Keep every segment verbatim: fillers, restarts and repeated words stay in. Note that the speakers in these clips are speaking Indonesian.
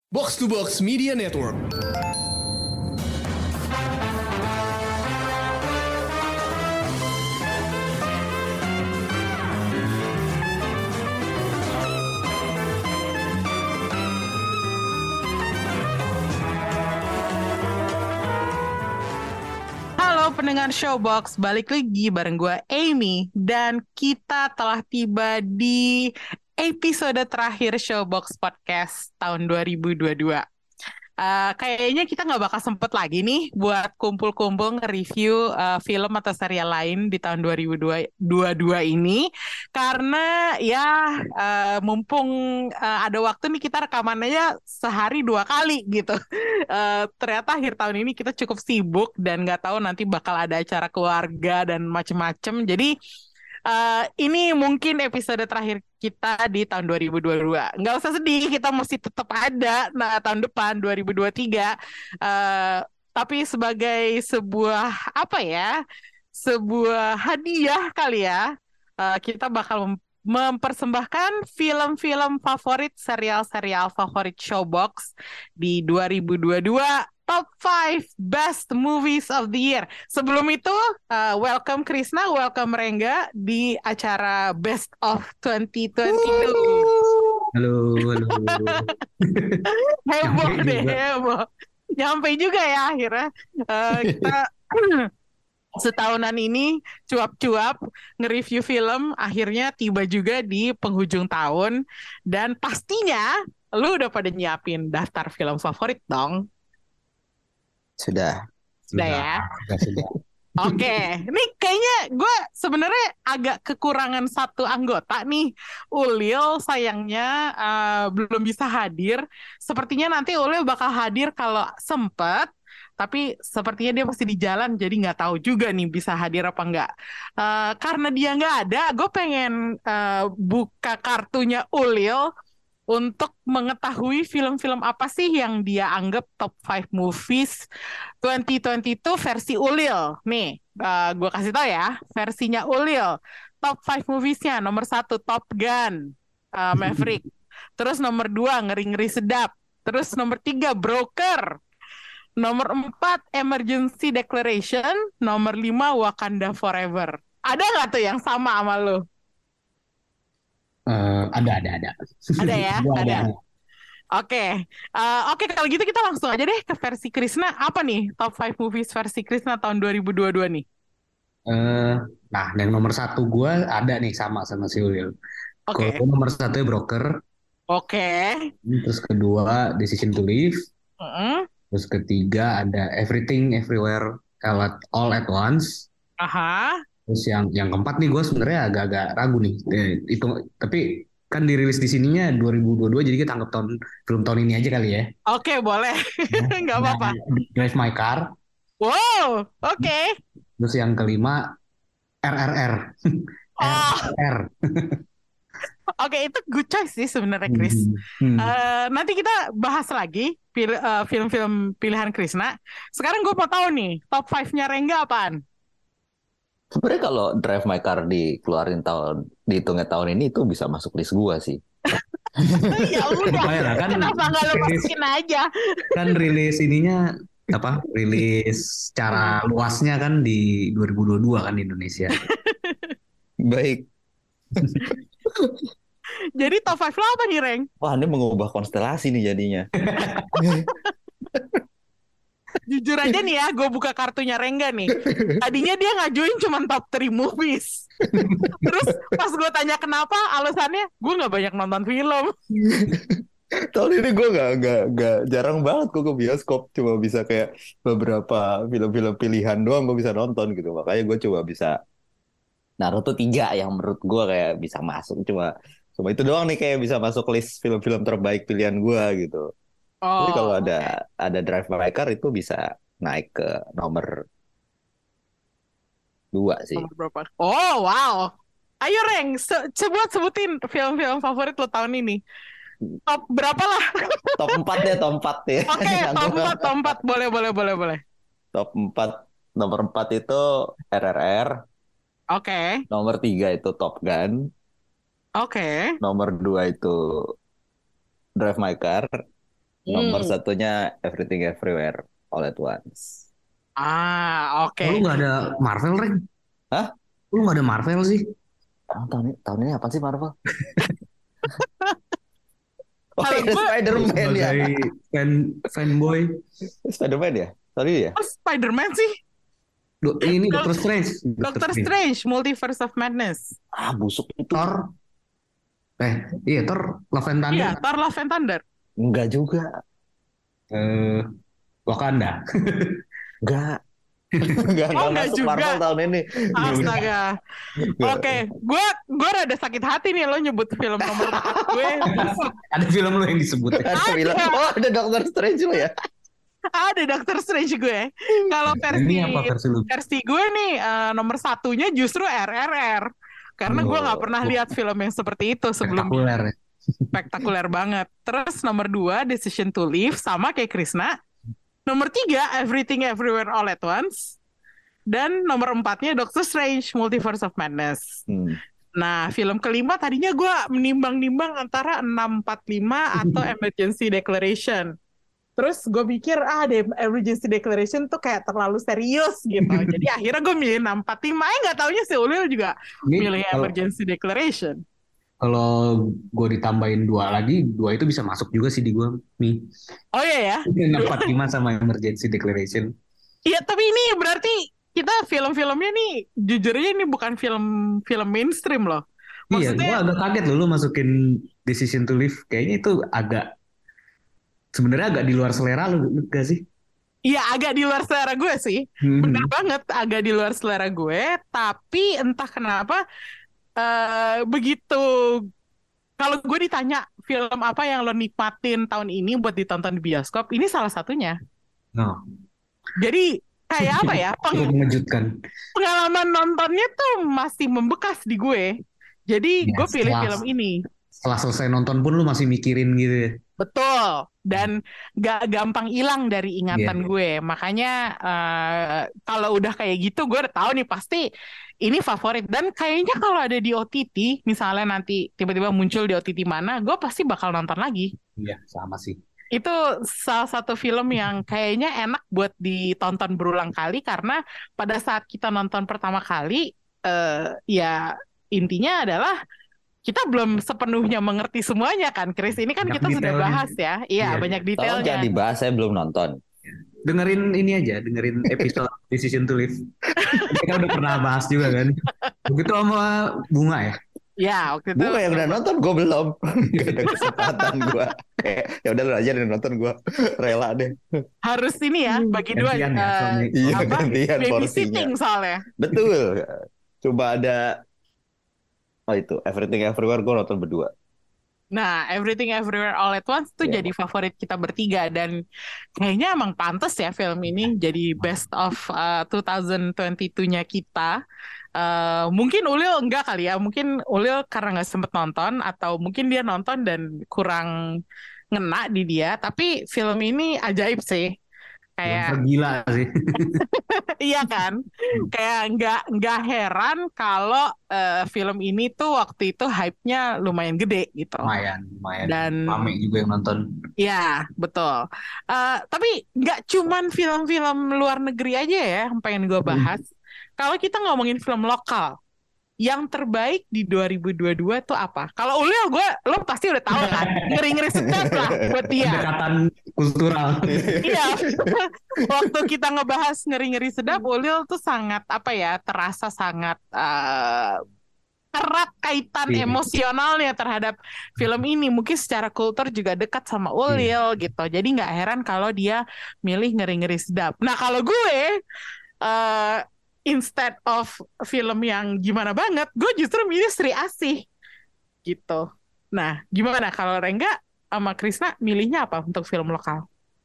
Box to Box Media Network. Halo pendengar Showbox, balik lagi bareng gue Amy dan kita telah tiba di episode terakhir Showbox Podcast tahun dua ribu dua puluh dua. Uh, kayaknya kita nggak bakal sempet lagi nih buat kumpul-kumpul nge-review uh, film atau serial lain di tahun dua ribu dua puluh dua ini karena ya uh, mumpung uh, ada waktu nih kita rekamannya sehari dua kali gitu. Uh, ternyata akhir tahun ini kita cukup sibuk dan nggak tahu nanti bakal ada acara keluarga dan macem-macem. Jadi Uh, ini mungkin episode terakhir kita di tahun dua ribu dua puluh dua. Nggak usah sedih, kita mesti tetap ada nah, tahun depan dua ribu dua puluh tiga. Uh, tapi sebagai sebuah apa ya, sebuah hadiah kali ya, uh, kita bakal mem- mempersembahkan film-film favorit, serial-serial favorit Showbox di dua ribu dua puluh dua. Top five Best Movies of the Year. Sebelum itu, uh, welcome Krisna, welcome Rengga di acara Best of dua ribu dua puluh dua. Halo, halo. Heboh Nyampe deh, juga. heboh. Nyampe juga ya akhirnya. Uh, kita setahunan ini cuap-cuap nge-review film, akhirnya tiba juga di penghujung tahun. Dan pastinya, lu udah pada nyiapin daftar film favorit dong. Sudah. Sudah ya? Sudah, sudah. Oke, ini kayaknya gue sebenarnya agak kekurangan satu anggota nih. Ulil sayangnya uh, belum bisa hadir. Sepertinya nanti Ulil bakal hadir kalau sempet. Tapi sepertinya dia masih di jalan, jadi nggak tahu juga nih bisa hadir apa nggak. Uh, karena dia nggak ada, gue pengen uh, buka kartunya Ulil untuk mengetahui film-film apa sih yang dia anggap top five movies dua ribu dua puluh dua versi Ulil. Nih, uh, gue kasih tau ya, versinya Ulil. Top five moviesnya, nomor satu Top Gun, uh, Maverick. Terus nomor dua Ngeri-Ngeri Sedap. Terus nomor tiga Broker. Nomor empat Emergency Declaration. Nomor lima Wakanda Forever. Ada nggak tuh yang sama sama lo? Eh, ada, ada, ada. Ada ya, Gua ada. Oke, Eh, oke kalau gitu kita langsung aja deh ke versi Krisna. Apa nih top five movies versi Krisna tahun dua ribu dua puluh dua nih? Eh, nah, yang nomor satu gue ada nih sama sama si Ulil. Kalau Oke, gua nomor satu ya Broker, oke. terus kedua Decision to Live, Mm-mm. terus ketiga ada Everything Everywhere All at, All at Once, Aha. terus yang yang keempat nih gue sebenarnya agak-agak ragu nih. Eh, itu tapi kan dirilis di sininya dua ribu dua puluh dua, jadi kita anggap tahun film tahun ini aja kali ya. Oke, boleh. Nggak Nah, apa-apa. Drive My Car, Wow, oke. terus yang kelima R R R. Oh, R R R. oke itu good choice sih sebenarnya Kris. Hmm. Eh, nanti kita bahas lagi pil- eh, film-film pilihan Krisna. Sekarang gue mau tahu nih top five-nya Rengga apaan? Sebenarnya kalau Drive My Car dikeluarin tahun dihitungnya tahun ini itu bisa masuk list gua sih. Ya udah, Lumayan lah, kan kenapa nggak lo rilis, masukin aja? kan rilis ininya apa? Rilis secara luasnya kan di dua ribu dua puluh dua kan di Indonesia. Baik. Jadi top five lo apa nih, Reng? Wah, ini mengubah konstelasi nih jadinya. Jujur aja nih ya, gue buka kartunya Rengga nih. Tadinya dia ngajuin cuma top three movies. Terus pas gue tanya kenapa, alasannya gue nggak banyak nonton film. Tahun ini gue gak, gak, gak jarang banget gue ke bioskop. Cuma bisa kayak beberapa film-film pilihan doang gue bisa nonton gitu. Makanya gue coba bisa naruh tuh tiga yang menurut gue kayak bisa masuk. Cuma cuma itu doang nih kayak bisa masuk list film-film terbaik pilihan gue gitu. Jadi kalau Oh, ada ada Drive My Car itu bisa naik ke nomor dua sih. nomor berapa? Oh, wow. Ayo Reng, se- coba sebutin film-film favorit lo tahun ini. Top berapa lah? Top empat deh, top empat ya. Oke, top empat, top empat. Boleh, boleh, boleh, boleh. Top empat, nomor empat itu R R R, Oke, nomor tiga itu Top Gun, oke. nomor dua itu Drive My Car, Nomor Hmm. satunya Everything Everywhere All at Once. Ah, oke. Oh, lu nggak ada Marvel, Ren? Hah? Lu nggak ada Marvel sih? Oh, tahun ini, tahun ini apa sih Marvel? Oh Kalau iya, gue, Spider-Man ya. Sebagai fan fanboy, Spider-Man ya? Sorry ya? oh, Spider-Man sih. Do- ini Kalau- Doctor Strange, Doctor Strange, Multiverse of Madness. Ah, busuk itu. Thor, eh iya Thor, Love and Thunder, Iya, Thor Love and Thunder. Enggak juga. eh, Wakanda. Enggak. Enggak, Oh, enggak enggak masuk juga. Marvel tahun ini. Astaga. Enggak. Oke, gue gue rada sakit hati nih lo nyebut film nomor empat gue. Ada film lu yang disebut. Ada bilang, oh ada Doctor Strange lo ya? Ada Doctor Strange gue. Kalau versi Ini apa versi lu? versi gue nih eh, nomor satunya justru R R R. Karena gue nggak Oh. pernah lihat film yang seperti itu sebelumnya. Spektakuler. Spektakuler banget. Terus nomor dua Decision to Live sama kayak Krisna. Nomor tiga Everything Everywhere All at Once. Dan nomor empatnya Doctor Strange Multiverse of Madness. Hmm. Nah, film kelima tadinya gue menimbang-nimbang antara enam empat lima atau Emergency Declaration. Terus gue pikir, ah, The Emergency Declaration tuh kayak terlalu serius gitu. Jadi akhirnya gue milih enam empat lima. Eh, nggak taunya si Ulil juga Ini milih kalau Emergency Declaration. kalau gue ditambahin dua lagi, dua itu bisa masuk juga sih di gue nih. Oh iya ya? enam empat lima sama Emergency Declaration. Iya, tapi ini berarti kita film-filmnya nih, jujurnya ini bukan film-film mainstream loh. Iya, gue Maksudnya, agak kaget loh lu masukin Decision to Live. Kayaknya itu agak sebenarnya agak di luar selera lu, gak sih? iya agak di luar selera gue sih. Hmm. Bener banget, agak di luar selera gue. Tapi entah kenapa, eh begitu, kalau gue ditanya film apa yang lo nikmatin tahun ini buat ditonton di bioskop, ini salah satunya. No, Jadi kayak apa ya, peng- cukup mengejutkan. pengalaman nontonnya tuh masih membekas di gue. Jadi Ya, gue pilih setelah- film ini. Setelah selesai nonton pun lu masih mikirin gitu ya. Betul, dan gak gampang hilang dari ingatan Iya. gue. Makanya eh, kalau udah kayak gitu, gue udah tahu nih pasti ini favorit. Dan kayaknya kalau ada di O T T, misalnya nanti tiba-tiba muncul di O T T mana, gue pasti bakal nonton lagi. Iya, sama sih. Itu salah satu film yang kayaknya enak buat ditonton berulang kali karena pada saat kita nonton pertama kali, eh, ya intinya adalah kita belum sepenuhnya mengerti semuanya kan, Chris. Ini kan Banyak kita sudah detailnya. bahas ya. Iya, Iya. banyak Tolong detailnya. jangan dibahas, saya belum nonton. Dengerin ini aja, dengerin episode Decision to Live. Kita udah pernah bahas juga kan. Begitu sama Bunga ya. Ya, waktu itu. Gue yang udah nonton, gue belum. Gak ada kesempatan gue. Kayak, ya udah lu aja yang nonton, gue rela deh. Harus ini ya, bagi dua. Gantian ya, eh, suami. Iya, apa? gantian Babysitting porsinya. soalnya. Betul. Coba ada, oh itu, Everything Everywhere gue nonton berdua. Nah, Everything Everywhere All at Once tuh Iya. jadi favorit kita bertiga dan kayaknya emang pantas ya film ini jadi best of uh, dua ribu dua puluh dua-nya kita. Uh, mungkin Ulil enggak kali ya, mungkin Ulil karena nggak sempet nonton atau mungkin dia nonton dan kurang ngena di dia. Tapi film ini ajaib sih, kayak Tergila sih. iya kan, kayak nggak nggak heran kalau uh, film ini tuh waktu itu hype-nya lumayan gede gitu. Lumayan, lumayan. Dan Rame juga yang nonton. ya, betul. Eh, tapi nggak cuman film-film luar negeri aja ya yang pengen gue bahas. Kalau kita ngomongin film lokal, yang terbaik di dua ribu dua puluh dua tuh apa? Kalau Ulil, gue, lo pasti udah tahu kan? Ngeri-ngeri sedap lah buat dia. Pendekatan kultural. Iya. Waktu kita ngebahas ngeri-ngeri sedap, Ulil tuh sangat, apa ya, terasa sangat... eh, erat kaitan Iya. emosionalnya terhadap film ini. Mungkin secara kultur juga dekat sama Ulil gitu. Jadi nggak heran kalau dia milih ngeri-ngeri sedap. Nah kalau gue eh, instead of film yang gimana banget, gue justru milih Sri Asih gitu. Nah gimana kalau Rengga sama Krisna milihnya apa untuk film lokal?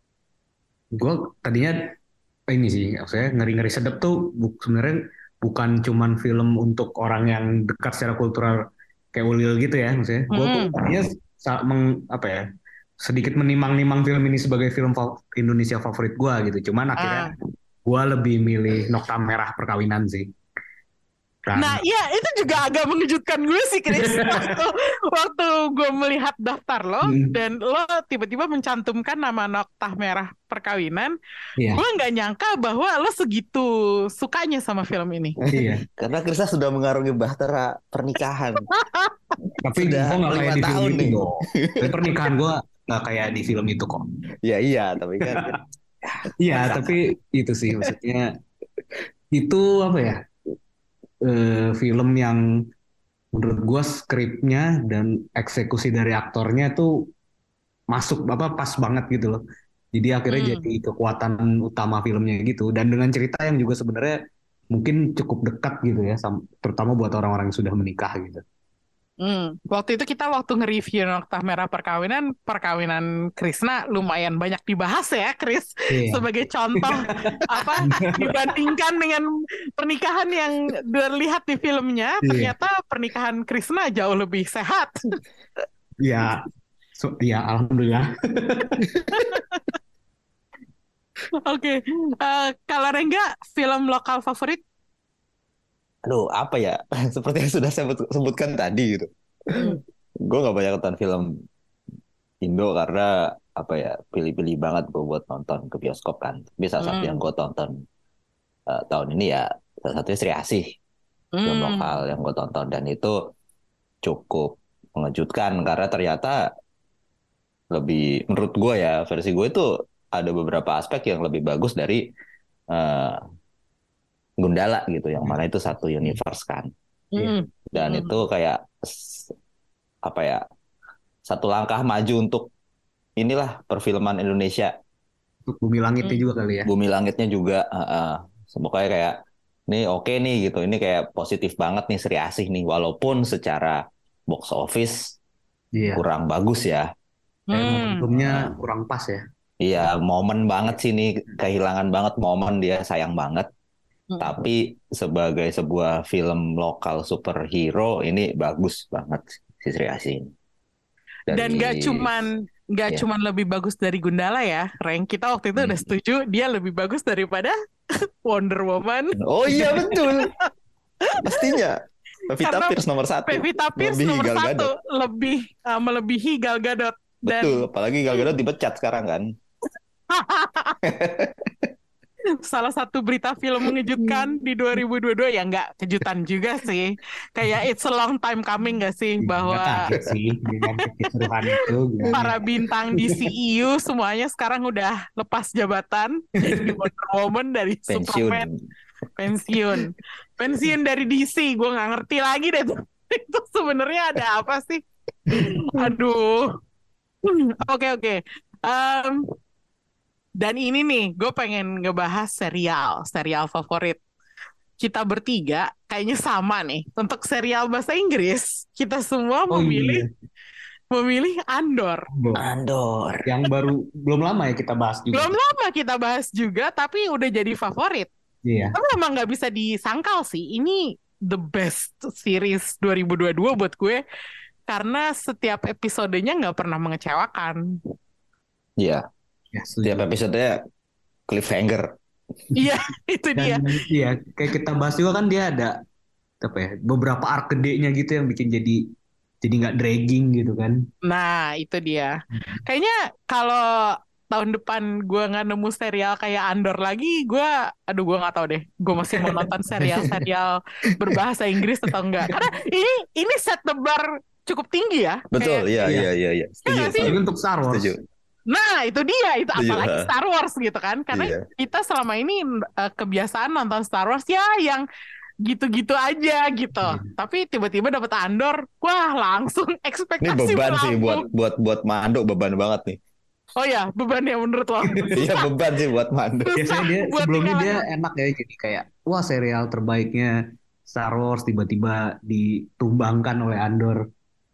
Gue tadinya ini sih, saya ngeri-ngeri sedap tuh bu- sebenarnya bukan cuman film untuk orang yang dekat secara kultural kayak Ulil gitu ya, maksudnya. Gue tuh Mm-mm. tadinya sa- meng, apa ya, sedikit menimang-nimang film ini sebagai film fa- Indonesia favorit gue gitu. Cuman akhirnya Ah, gue lebih milih Nokta Merah Perkawinan sih. kan. Nah, iya itu juga agak mengejutkan gue sih, Chris. Waktu, waktu gue melihat daftar lo Hmm. dan lo tiba-tiba mencantumkan nama Noktah Merah Perkawinan, Iya, gue nggak nyangka bahwa lo segitu sukanya sama film ini. iya. Karena Krista sudah mengarungi bahtera pernikahan. Tapi gue Sudah nggak kayak lima di film tahun itu nih. dong. Tapi pernikahan gue nggak kayak di film itu kok. Ya iya, tapi kan Iya, tapi itu sih maksudnya itu apa ya? eh, film yang menurut gue skripnya dan eksekusi dari aktornya tuh masuk apa pas banget gitu loh. Jadi akhirnya Hmm. jadi kekuatan utama filmnya gitu dan dengan cerita yang juga sebenarnya mungkin cukup dekat gitu ya, sam- terutama buat orang-orang yang sudah menikah gitu. Hmm. Waktu itu kita waktu nge-review Noktah Merah Perkawinan, perkawinan Krisna lumayan banyak dibahas ya, Chris. Iya. Sebagai contoh apa dibandingkan dengan pernikahan yang dilihat di filmnya, Iya. ternyata pernikahan Krisna jauh lebih sehat. Iya, so, ya alhamdulillah. Oke, Eh, kalau Rengga, film lokal favorit? aduh apa ya? Seperti yang sudah saya sebut- sebutkan tadi gitu. Hmm. Gue nggak banyak nonton film Indo karena apa ya, pilih-pilih banget gue buat nonton ke bioskop kan. Tapi salah satu Hmm. yang gue tonton eh, tahun ini ya salah satunya Sri Asih, film Hmm. lokal yang gue tonton, dan itu cukup mengejutkan karena ternyata lebih, menurut gue ya, versi gue itu ada beberapa aspek yang lebih bagus dari eh, Gundala gitu, yang mana itu satu universe kan, Hmm. dan Hmm. itu kayak s- apa ya, satu langkah maju untuk inilah perfilman Indonesia. Untuk Bumi Langitnya Hmm. juga kali ya. Bumi Langitnya juga uh, uh, pokoknya kayak nih oke nih gitu, ini kayak positif banget nih Sri Asih nih, walaupun secara box office Iya. kurang bagus ya. Kayak Hmm. momentumnya kurang pas ya. Iya, momen banget sih nih, kehilangan banget momen dia, sayang banget. Hmm. Tapi sebagai sebuah film lokal superhero ini bagus banget si Sri Asih ini. Dari- Dan nggak cuman nggak Ya. cuman lebih bagus dari Gundala ya, Reng. Kita waktu itu udah Hmm. setuju dia lebih bagus daripada Wonder Woman. Oh iya betul. Pastinya. Pevita Karena Pierce nomor satu. Pevita Pierce Melebihi nomor Gal satu Gadot. lebih uh, melebihi Gal Gadot. Dan Betul, apalagi Gal Gadot dipecat sekarang kan. salah satu berita film mengejutkan di dua ribu dua puluh dua ya nggak kejutan juga sih. Kayak it's a long time coming nggak sih Nggak bahwa kaget sih dengan kekisruhan itu. gimana. para bintang di C E U semuanya sekarang udah lepas jabatan dari Wonder Woman, dari Pensiun. Superman, pensiun, pensiun dari D C. Gue nggak ngerti lagi deh tuh. Itu sebenarnya ada apa sih? Aduh. Hmm, Oke oke. Em, dan ini nih, gue pengen ngebahas serial, serial favorit. Kita bertiga kayaknya sama nih. Untuk serial bahasa Inggris, kita semua Oh memilih iya. memilih Andor. Belum. Andor. Yang baru belum lama ya kita bahas juga. Belum lama kita bahas juga, tapi udah jadi favorit. Iya. Tapi emang nggak bisa disangkal sih. Ini the best series dua ribu dua puluh dua buat gue. Karena setiap episodenya nggak pernah mengecewakan. Iya, Ya, setuju. tiap episodenya cliffhanger. Iya, itu dia. Dan iya, kayak kita bahas juga kan dia ada apa ya, beberapa arc gede-nya gitu yang bikin jadi jadi nggak dragging gitu kan. Nah, itu dia. Kayaknya kalau tahun depan gue nggak nemu serial kayak Andor lagi, gue, aduh gue nggak tahu deh. Gue masih mau nonton serial-serial berbahasa Inggris atau enggak. Karena ini ini set the bar cukup tinggi ya. Betul, Kayak- iya, Iya. iya, iya, iya. Setuju, nggak sih? Tapi setuju. untuk Star Wars. Setuju. Nah, itu dia. Itu Setuju, apalagi ha. Star Wars gitu kan. Karena Iya. kita selama ini eh, kebiasaan nonton Star Wars ya yang gitu-gitu aja gitu. Iya. Tapi tiba-tiba dapet Andor, wah langsung Ini ekspektasi beban sih melambung. buat buat buat Mando, beban banget nih. Oh ya, beban ya menurut lo. Iya, beban sih buat Mando. Biasanya dia Buat sebelumnya dia tinggalan. enak ya, jadi kayak wah serial terbaiknya Star Wars tiba-tiba ditumbangkan oleh Andor.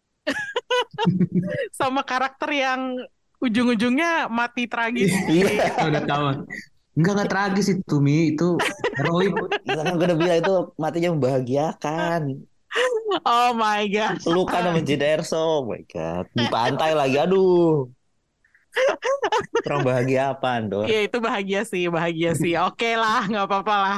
Sama karakter yang ujung-ujungnya mati tragis. Iya. Kita udah tahu. Enggak enggak tragis itu Mi, itu heroik. Karena gue udah bilang itu matinya membahagiakan. Oh my god. Luka sama Jyn Erso, oh my god. Di pantai lagi, aduh. Kurang bahagia apa, Andor? Ya itu bahagia sih, bahagia sih. Oke lah, nggak apa-apa lah.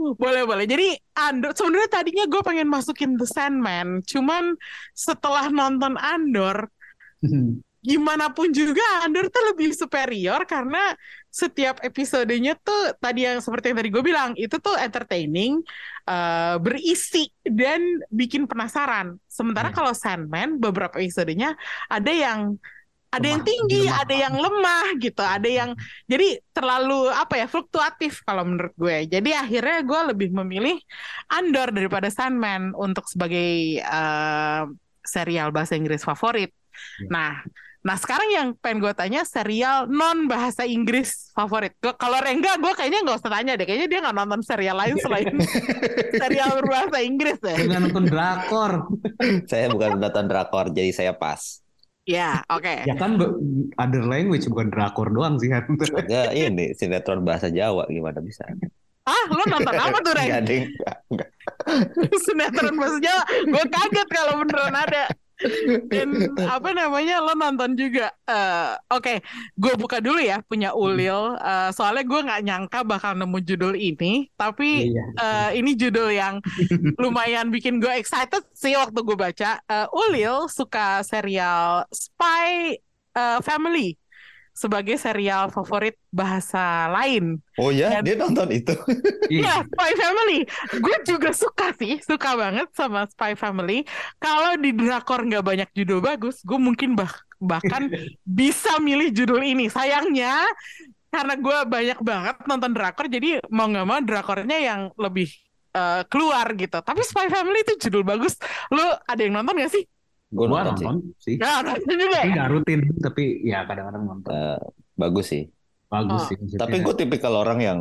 Boleh, boleh. Jadi Andor, sebenarnya tadinya gue pengen masukin The Sandman, cuman setelah nonton Andor, gimana pun juga Andor tuh lebih superior karena setiap episodenya tuh tadi yang seperti yang tadi gue bilang itu tuh entertaining, uh, berisi dan bikin penasaran. Sementara Ya, kalau Sandman beberapa episodenya ada yang ada yang lemah, lebih tinggi, lemah. ada yang lemah gitu, ada yang jadi terlalu apa ya fluktuatif kalau menurut gue. Jadi akhirnya gue lebih memilih Andor daripada Sandman untuk sebagai uh, serial bahasa Inggris favorit. Ya. Nah, nah sekarang yang pengen gue tanya serial non bahasa Inggris favorit. Gua, kalau Rengga, gue kayaknya nggak usah tanya deh. Kayaknya dia nggak nonton serial lain selain serial berbahasa Inggris deh. Dia nggak nonton drakor. Saya bukan nonton drakor, jadi saya pas. Ya, oke. Ya kan be- other language bukan drakor doang sih kan. Ya ini sinetron bahasa Jawa gimana bisa? Ah, lo nonton apa tuh, Reng? Enggak, Ding. Enggak, enggak. Sinetron bahasa Jawa. Gue kaget kalau beneran ada. Dan apa namanya lo nonton juga. Eh, Oke, gue buka dulu ya punya Ulil. Eh, soalnya gue nggak nyangka bakal nemu judul ini. Tapi Iya. eh, ini judul yang lumayan bikin gue excited sih waktu gue baca. Eh, Ulil suka serial Spy eh, Family sebagai serial favorit bahasa lain. Oh ya, Dan dia nonton itu. Iya, Spy Family. Gue juga suka sih, suka banget sama Spy Family. Kalau di drakor nggak banyak judul bagus, gue mungkin bah bahkan bisa milih judul ini. Sayangnya, karena gue banyak banget nonton drakor, jadi mau nggak mau drakornya yang lebih eh, keluar gitu. Tapi Spy Family itu judul bagus. Lu ada yang nonton gak sih? Gue Gua nonton sih. nonton sih. Ya, nonton juga Tapi ya. nggak rutin, tapi ya kadang-kadang nonton. Eh, bagus sih. Bagus Oh. sih. maksudnya. Tapi gue tipikal orang yang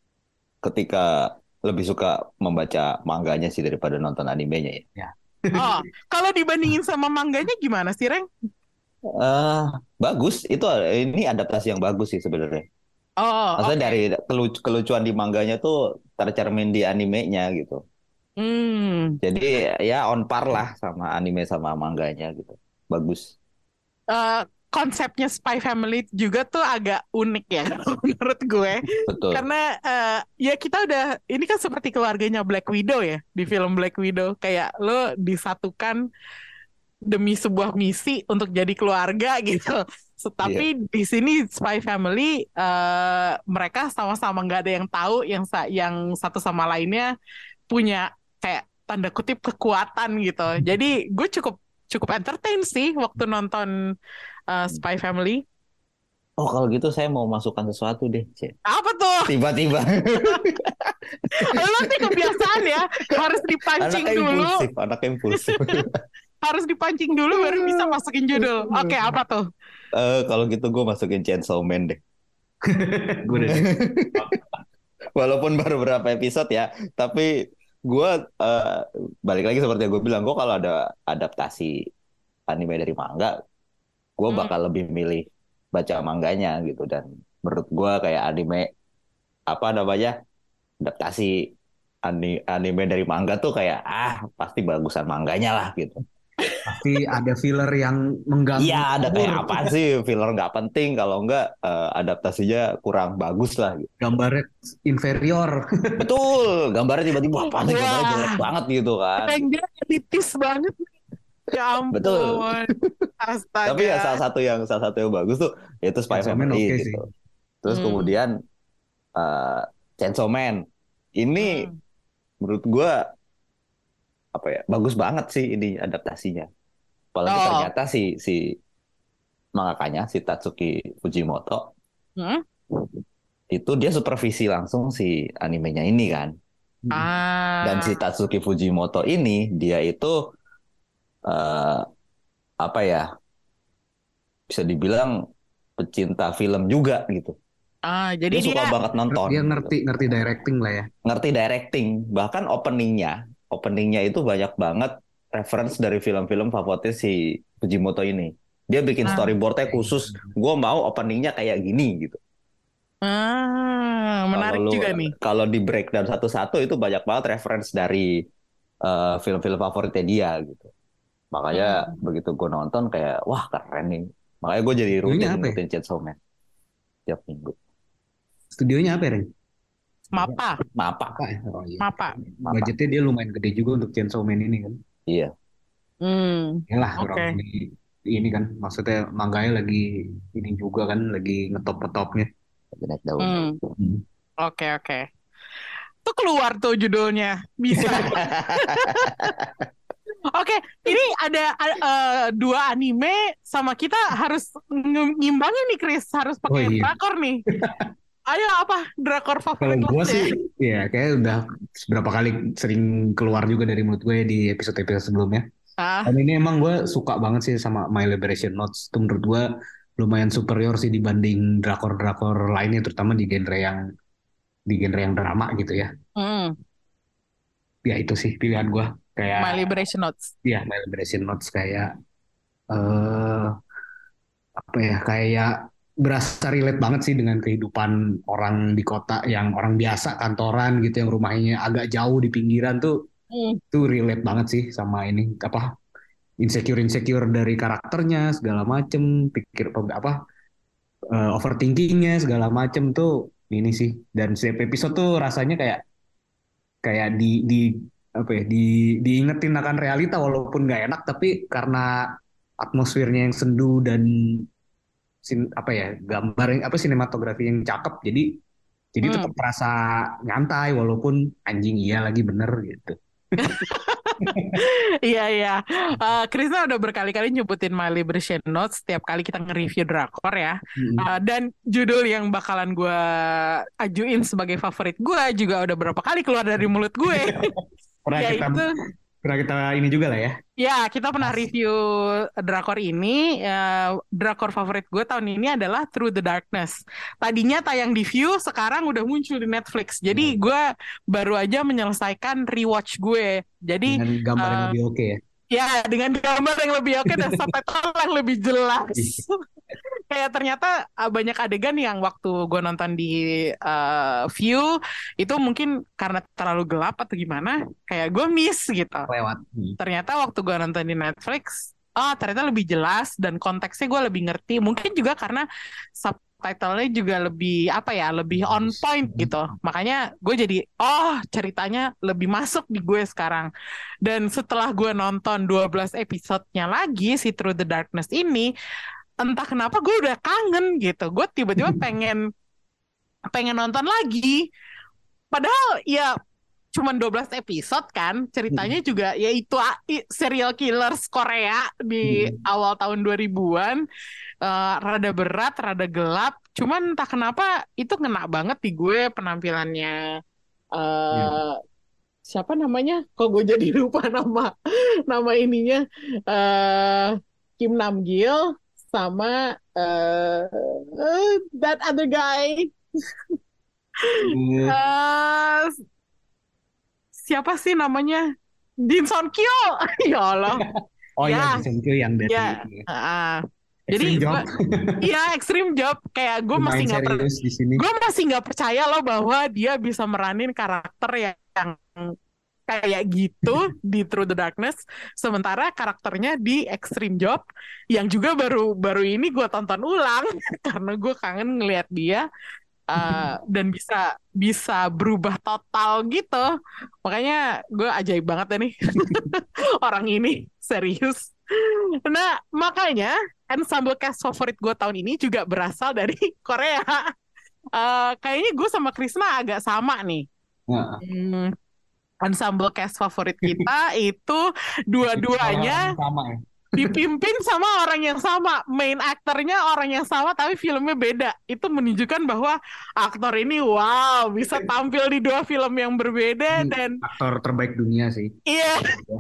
ketika lebih suka membaca mangganya sih daripada nonton animenya ya. Oh, kalau dibandingin sama mangganya gimana sih, Reng? Eh, bagus. Itu ini adaptasi yang bagus sih sebenarnya. Oh, Maksudnya oke. dari kelu- kelucuan di mangganya tuh tercermin di animenya gitu. Hmm. Jadi ya on par lah sama anime sama mangganya gitu. Bagus. Eh, konsepnya Spy Family juga tuh agak unik ya menurut gue. Betul. Karena eh, ya kita udah ini kan seperti keluarganya Black Widow ya di film Black Widow, kayak lo disatukan demi sebuah misi untuk jadi keluarga gitu. So, tapi di sini Spy Family eh, mereka sama-sama nggak ada yang tahu yang sa- yang satu sama lainnya punya kayak tanda kutip kekuatan gitu. Jadi gue cukup cukup entertain sih waktu nonton uh, Spy Family. Oh kalau gitu saya mau masukkan sesuatu deh, Cek. Apa tuh? Tiba-tiba. Lo sih kebiasaan ya, harus dipancing Anak dulu, impulsif, anak impulsif. harus dipancing dulu baru bisa masukin judul. Oke, apa tuh? Eh, kalau gitu gue masukin Chainsaw Man deh. Gue udah Walaupun baru berapa episode ya, tapi gue eh, balik lagi seperti yang gue bilang, gue kalau ada adaptasi anime dari manga, gue Hmm. bakal lebih milih baca mangganya gitu. Dan menurut gue kayak anime apa namanya adaptasi ani- anime dari manga tuh kayak ah pasti bagusan mangganya lah gitu. pasti ada filler yang mengganggu. Iya, ada kayak alur. apa sih filler nggak penting kalau nggak eh, adaptasinya kurang bagus lah gitu. Gambarnya inferior. Betul, gambarnya tiba-tiba apa sih gambarnya Wah. jelek banget gitu kan. Rengga elitis banget. Ya ampun. Betul. Astaga. Tapi ya salah satu yang salah satu yang bagus tuh yaitu Spy Chainsaw Man Family oke gitu. sih. Terus Hmm. kemudian eh Chainsaw Man ini Hmm. menurut gua apa ya bagus banget sih ini adaptasinya. Apalagi Oh. ternyata si si mangakanya si Tatsuki Fujimoto Hmm? itu dia supervisi langsung si animenya ini kan. Ah. Dan si Tatsuki Fujimoto ini dia itu eh, apa ya bisa dibilang pecinta film juga gitu. Ah, jadi Dia suka dia banget nonton. Dia gitu. ngerti ngerti directing lah ya. Ngerti directing, bahkan openingnya, openingnya itu banyak banget reference dari film-film favorit si Fujimoto ini. Dia bikin Ah. storyboardnya khusus. Gue mau openingnya kayak gini gitu. ah, menarik Kalau lu- juga nih. Kalau di breakdown satu-satu itu banyak banget reference dari eh, film-film favoritnya dia gitu. Makanya Hmm. begitu gue nonton kayak wah keren nih. Makanya gue jadi rutin Studionya apa ya? ngikutin Chainsaw Man tiap minggu. Studionya apa ya, Ren? Mapa, Mapa. Apa ya? Oh iya. Mapa. Mapa. Budgetnya dia lumayan gede juga untuk Chainsaw Man ini kan. Iya. Hmm, Yalah oke. orang di ini kan maksudnya mangganya lagi ini juga kan lagi ngetop-ngetopnya. Lagi naik daun. Hmm, Hmm. oke oke. Tuh keluar tuh judulnya. Bisa. Oke, ini ada uh, dua anime sama kita harus ng- ngimbangin nih Chris, harus Oh pakai iya. drakor nih. Ayo apa drakor Kalau favorit lo gue deh? sih, ya kayak udah beberapa kali sering keluar juga dari mulut gue di episode-episode sebelumnya. Ah, Dan ini emang gue suka banget sih sama My Liberation Notes. Itu menurut gue lumayan superior sih dibanding drakor-drakor lainnya, terutama di genre yang di genre yang drama gitu ya. hmm, Ya itu sih pilihan gue. My Kayak Liberation Notes. ya My Liberation Notes kayak eh apa ya kayak berasa relate banget sih dengan kehidupan orang di kota yang orang biasa kantoran gitu yang rumahnya agak jauh di pinggiran tuh Hmm, tuh relate banget sih sama ini apa insecure insecure dari karakternya segala macem pikir apa eh, overthinkingnya segala macem tuh ini sih dan setiap episode tuh rasanya kayak kayak di di apa ya di diingetin akan realita walaupun nggak enak tapi karena atmosfernya yang sendu dan sin, apa ya gambar yang apa sinematografi yang cakep jadi jadi hmm. tetap terasa nyantai walaupun anjing iya lagi bener gitu. Iya iya. Eh, Krisna udah berkali-kali nyebutin My Liberation Notes setiap kali kita nge-review drakor ya. Mm-mm. Eh, dan judul yang bakalan gue ajuin sebagai favorit gue juga udah berapa kali keluar dari mulut gue. Pernah kita Yaitu pernah kita ini juga lah ya. ya kita pernah Mas. review drakor ini. Eh, drakor favorit gue tahun ini adalah Through the Darkness. Tadinya tayang di View, sekarang udah muncul di Netflix. Jadi gue baru aja menyelesaikan rewatch gue. Jadi Dengan gambar yang eh, lebih oke ya. ya dengan gambar yang lebih oke dan subtitle yang lebih jelas. Kayak ternyata uh, banyak adegan yang waktu gue nonton di uh, View itu mungkin karena terlalu gelap atau gimana, kayak gue miss gitu. Lewat. Hmm. Ternyata waktu gue nonton di Netflix, oh ternyata lebih jelas dan konteksnya gue lebih ngerti. Mungkin juga karena subtitlenya juga lebih apa ya, lebih on point gitu. Makanya gue jadi, oh ceritanya lebih masuk di gue sekarang. Dan setelah gue nonton dua belas episodenya lagi si Through the Darkness ini, entah kenapa gue udah kangen gitu. Gue tiba-tiba pengen pengen nonton lagi. Padahal ya cuman dua belas episode kan. Ceritanya juga ya itu ah, i- serial killers Korea di Hmm. awal tahun dua ribuan. Eh, rada berat, rada gelap. Cuman entah kenapa itu ngena banget di gue penampilannya. eh Siapa namanya? Kok gue jadi lupa nama nama ininya. eh Kim Nam Gil sama eh eh, that other guy. Hmm. Eh siapa sih namanya? Jin Son Kyo. Ya Allah. Oh Ya. ya, Jason Kyo yang dari Ya. ini ya. Ah, jadi Extreme Job. gua- iya extreme job kayak gue Lumayan masih nggak per- serius di sini. gue masih nggak percaya loh bahwa dia bisa meranin karakter yang kayak gitu di Through the Darkness, sementara karakternya di Extreme Job yang juga baru baru ini gue tonton ulang karena gue kangen ngelihat dia uh, dan bisa bisa berubah total gitu. Makanya gue ajaib banget deh nih orang ini serius. Nah makanya ensemble cast favorit gue tahun ini juga berasal dari Korea. Uh, kayaknya gue sama Krisna agak sama nih. Nah, Hmm, ensemble cast favorit kita itu dua-duanya orang sama ya. dipimpin sama orang yang sama. Main aktornya orang yang sama tapi filmnya beda. Itu menunjukkan bahwa aktor ini wow bisa tampil di dua film yang berbeda. Ini Dan aktor terbaik dunia sih. iya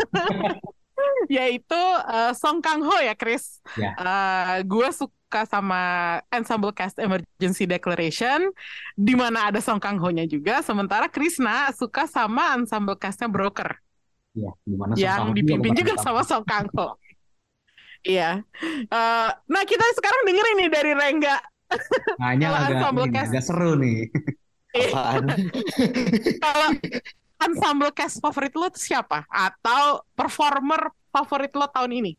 yaitu uh, Song Kang Ho ya Chris. Ya. Uh, gue suka sama ensemble cast Emergency Declaration di mana ada Song Kang Ho-nya juga. Sementara Krisna suka sama ensemble castnya Broker Ya, gimana Song yang Kang Ho dipimpin bukan juga Song sama Kang Ho. Song Kang Ho. Iya. Uh, nah kita sekarang dengerin nih dari Rengga. Hanya Kalau agak ensemble ini, cast. agak seru nih. Apaan? Kalau ensemble cast favorit lo tuh siapa? Atau performer favorit lo tahun ini?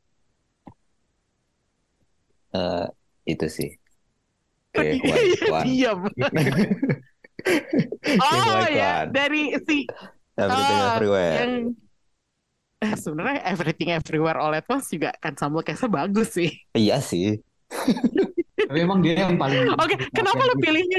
Eh, itu sih. Eh, Hwan, Hwan. Diam. Yang Oh white ya, one. dari si Everything oh, Everywhere. yang eh, sebenarnya Everything Everywhere All at Once juga kan ensemble castnya bagus sih. Iya sih. Tapi emang dia yang paling Oke, kenapa perhatian lu gitu. pilihnya?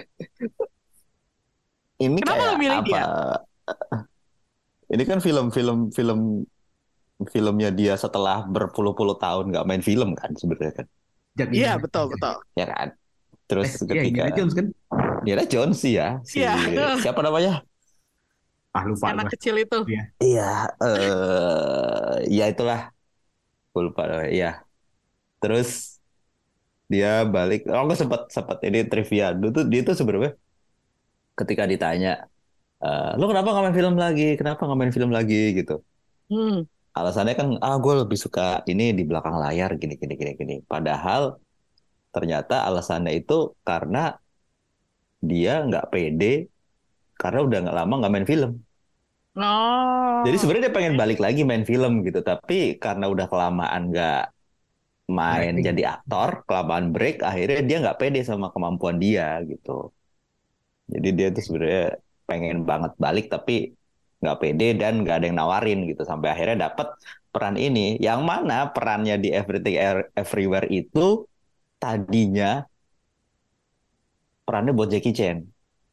Ini Kenapa kayak lu milih apa? dia? Ini kan film-film film filmnya dia setelah berpuluh-puluh tahun nggak main film kan sebenarnya kan. Jack Iya, Nicholson. betul, betul. Ya kan. Eh, Terus iya Indiana ketika Jones kan? Indiana Jones sih ya, si Iya. siapa namanya? Ah lupa Anak gua. kecil itu. Iya. Iya, eh ya itulah. Gue lupa namanya. Iya. Terus dia balik. Oh, gue sempat sempat ini trivia. Dulu tuh dia tuh sebenarnya ketika ditanya, eh, lo kenapa nggak main film lagi? Kenapa nggak main film lagi gitu? Hmm. Alasannya kan, ah gue lebih suka ini di belakang layar gini gini gini gini. Padahal ternyata alasannya itu karena dia nggak pede karena udah nggak lama nggak main film. Oh. Jadi sebenarnya dia pengen balik lagi main film gitu, tapi karena udah kelamaan nggak main Breaking. jadi aktor, kelamaan break, akhirnya dia nggak pede sama kemampuan dia gitu. Jadi dia tuh sebenarnya pengen banget balik tapi nggak pede dan nggak ada yang nawarin gitu sampai akhirnya dapat peran ini. Yang mana perannya di Everything Everywhere itu tadinya perannya buat Jackie Chan.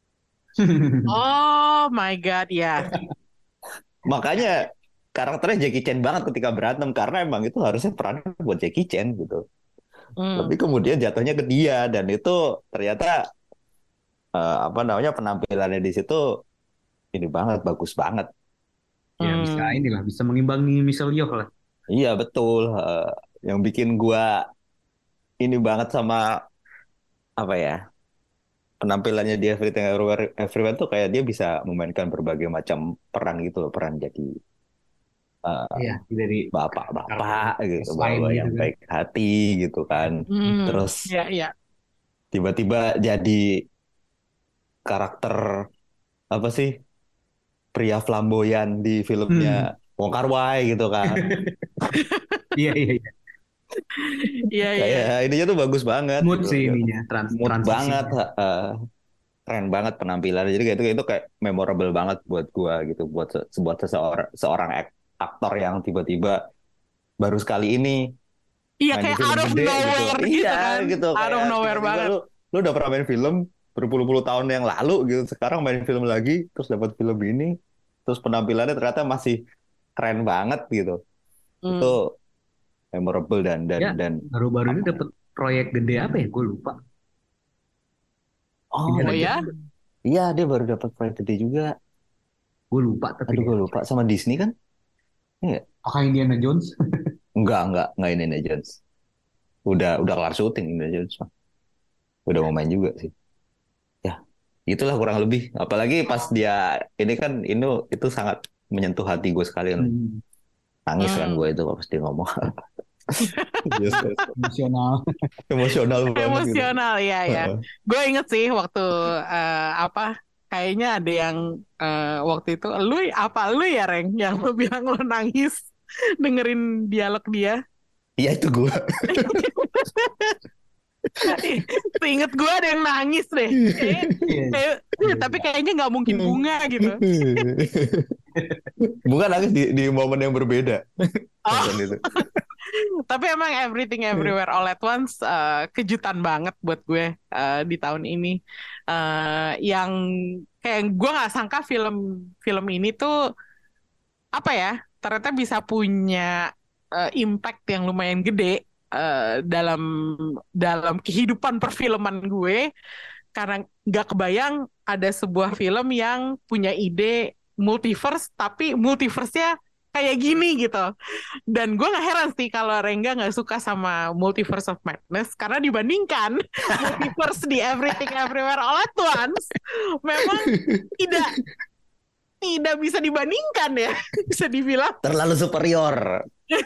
Oh my God, ya. Makanya karakternya Jackie Chan banget ketika berantem karena emang itu harusnya perannya buat Jackie Chan gitu. Hmm. Tapi kemudian jatuhnya ke dia dan itu ternyata eh, apa namanya penampilannya di situ ini banget bagus banget. Ya bisa Hmm. inilah bisa mengimbangi Michelle Yeoh lah. Iya betul. Eh, yang bikin gua ini banget sama apa ya penampilannya di Everything Everywhere, Everywhere tuh kayak dia bisa memainkan berbagai macam peran gitu loh, peran jadi eh, Iya dari bapak-bapak gitu, Selain bapak gitu yang kan. baik hati gitu kan. Hmm. Terus Ya, ya. tiba-tiba jadi karakter apa sih pria flamboyan di filmnya Wong Kar-wai gitu kan. Iya iya iya. Iya, iya. Kayak ininya tuh bagus banget. Mood gitu. sih ininya trans Mood transisinya. banget, eh, keren banget penampilannya. Jadi kayak itu itu kayak memorable banget buat gua gitu, buat se- buat seseorang seorang ak- aktor yang tiba-tiba baru sekali ini Iya, main di kayak film out of gede gitu. nowhere gitu Iya kan. gitu Out of kayak nowhere tiba-tiba banget. lu lu udah pernah main film berpuluh-puluh tahun yang lalu gitu, sekarang main film lagi terus dapat film ini, terus penampilannya ternyata masih keren banget gitu. Hmm. Itu memorable dan dan Ya dan baru-baru ini dapat proyek gede apa ya? Gue lupa. oh Oh ya? iya dia baru dapat proyek gede juga. Gue lupa tapi Aduh dia. gue lupa sama Disney kan? Apakah Indiana Jones? Enggak enggak enggak ini Indiana Jones. Udah udah kelar syuting Indiana Jones mah. Udah mau main juga sih. Ya itulah kurang lebih. Apalagi pas dia ini kan ini itu sangat menyentuh hati gue sekali. Hmm, Nangis kan Hmm. gue itu pas dia ngomong. Yes, yes. emosional. Emosional banget gitu. Emosional, ya, ya. Heeh. Gue inget sih waktu eh, apa? Kayaknya ada yang eh, waktu itu lu apa lu ya Reng yang lu bilang lu nangis dengerin dialog dia. Iya itu gue. Ingat gue ada yang nangis deh. Kayak, Iya. kayak- tapi kayaknya nggak mungkin bunga gitu. Bukan nangis di, di momen yang berbeda. Oh, Nonton itu. tapi emang Everything Everywhere All at Once eh, kejutan banget buat gue eh, di tahun ini. Eh, yang kayak gue nggak sangka film film ini tuh apa ya ternyata bisa punya eh, impact yang lumayan gede eh, dalam dalam kehidupan perfilman gue karena nggak kebayang ada sebuah film yang punya ide multiverse tapi multiverse-nya kayak gini gitu. Dan gue nggak heran sih kalau Rengga nggak suka sama Multiverse of Madness karena dibandingkan multiverse di Everything Everywhere All at Once memang tidak tidak bisa dibandingkan ya, bisa dibilang. Terlalu superior.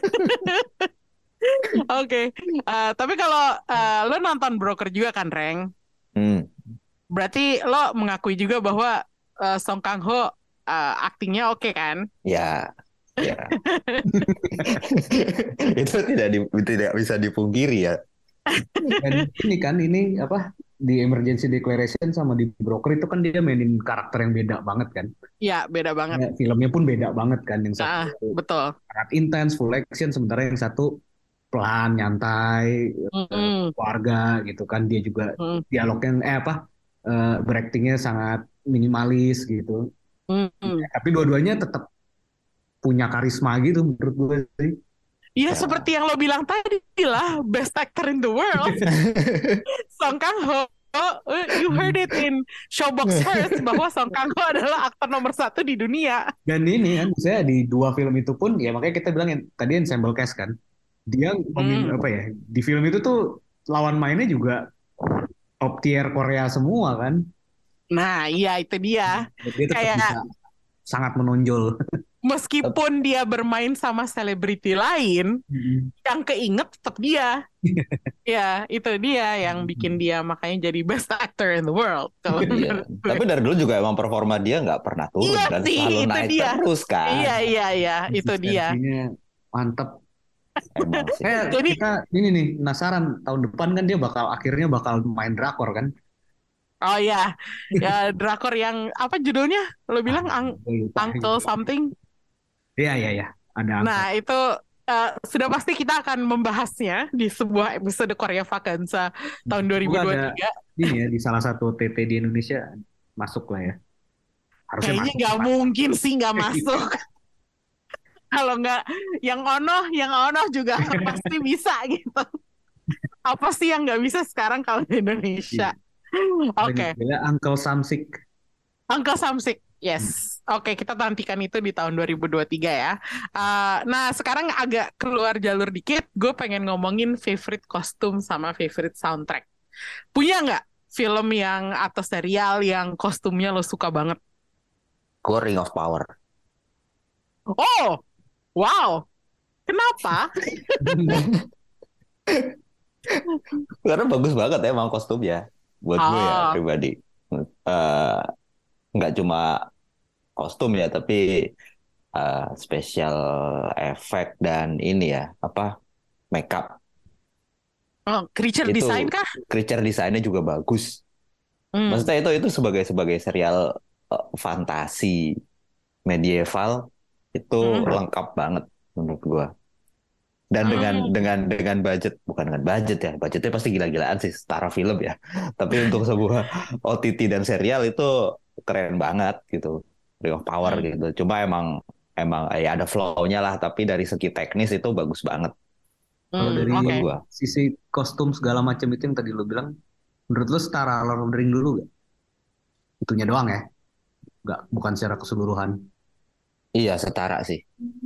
Oke, Eh, tapi kalau eh, lo nonton Broker juga kan, Reng? Hmm. Berarti lo mengakui juga bahwa eh, Song Kang Ho eh, aktingnya oke kan? Ya, ya. Itu tidak di- tidak bisa dipungkiri ya. Dan ini kan ini apa di Emergency Declaration sama di Broker itu kan dia mainin karakter yang beda banget kan. Ya, beda banget. Ya, filmnya pun beda banget kan. Yang Ah, satu betul. sangat intens, full action, sementara yang satu pelan, nyantai, eh, Mm-mm. keluarga gitu kan. Dia juga Mm-mm. dialognya eh apa eh, beraktingnya sangat minimalis gitu. Mm-mm. Tapi dua-duanya tetap punya karisma gitu menurut gue sih. Iya, Ya. seperti yang lo bilang tadi lah, best actor in the world. Song Kang-ho, oh, you heard it in Showbox first bahwa Song Kang-ho adalah aktor nomor satu di dunia. Dan ini kan, saya di dua film itu pun, ya makanya kita bilang yang, tadi ensemble cast kan, dia ngomongin Hmm. apa ya, di film itu tuh lawan mainnya juga top tier Korea semua kan, Nah, iya itu dia. dia tetap Kayak bisa sangat menonjol. meskipun dia bermain sama selebriti lain, yang keinget tetap dia. Ya, itu dia yang bikin dia makanya jadi best actor in the world. Kalau Iya. menurut gue. Tapi dari dulu juga emang performa dia nggak pernah turun Iya kan, sih, selalu itu naik dia. terus kan. Iya, iya, iya, itu dia. Konsistensinya mantep. Emang sih. Eh, Jadi- kita ini nih penasaran tahun depan kan dia bakal akhirnya bakal main drakor kan? Oh ya, ya drakor yang apa judulnya? Lo bilang Ang- Gue lupa. Uncle something? Iya iya iya, ada. Nah, itu eh, sudah pasti kita akan membahasnya di sebuah episode Korea Vakansa tahun dua ribu dua puluh tiga. Ini ya di salah satu T V di Indonesia masuk lah ya. Harusnya Kayaknya masuk. nggak mungkin sih nggak masuk. Kalau nggak yang ono, yang ono juga pasti bisa gitu. Apa sih yang nggak bisa sekarang kalau di Indonesia? Oke, Judulnya Uncle Samsik. Uncle Samsik. Yes. Oke, kita nantikan itu di tahun dua ribu dua puluh tiga ya. Uh, nah, sekarang agak keluar jalur dikit. Gue pengen ngomongin favorite kostum sama favorite soundtrack. Punya nggak film yang atau serial yang kostumnya lo suka banget? Gue Ring of Power. Oh, wow. Kenapa? Karena bagus banget ya emang kostumnya. Buat gue ya Ah. pribadi. Eh, nggak cuma kostum ya, tapi eh, special effect dan ini ya, apa, makeup. Oh, creature Itu design kah? creature desainnya juga bagus. Hmm. Maksudnya itu itu sebagai sebagai serial eh, fantasi medieval itu Hmm. lengkap banget menurut gua. Dan dengan Hmm. dengan dengan budget, bukan dengan budget ya, budgetnya pasti gila-gilaan sih setara film ya. Tapi untuk sebuah O T T dan serial itu keren banget gitu, Ring of Power Hmm. gitu. Cuma emang emang ya ada flow-nya lah, tapi dari segi teknis itu bagus banget. Kalau Hmm, dari oke. gua. sisi kostum segala macam itu yang tadi lo bilang, menurut lo setara Lord of the Ring dulu gak? Itunya doang ya? Nggak, bukan secara keseluruhan. Iya, setara sih.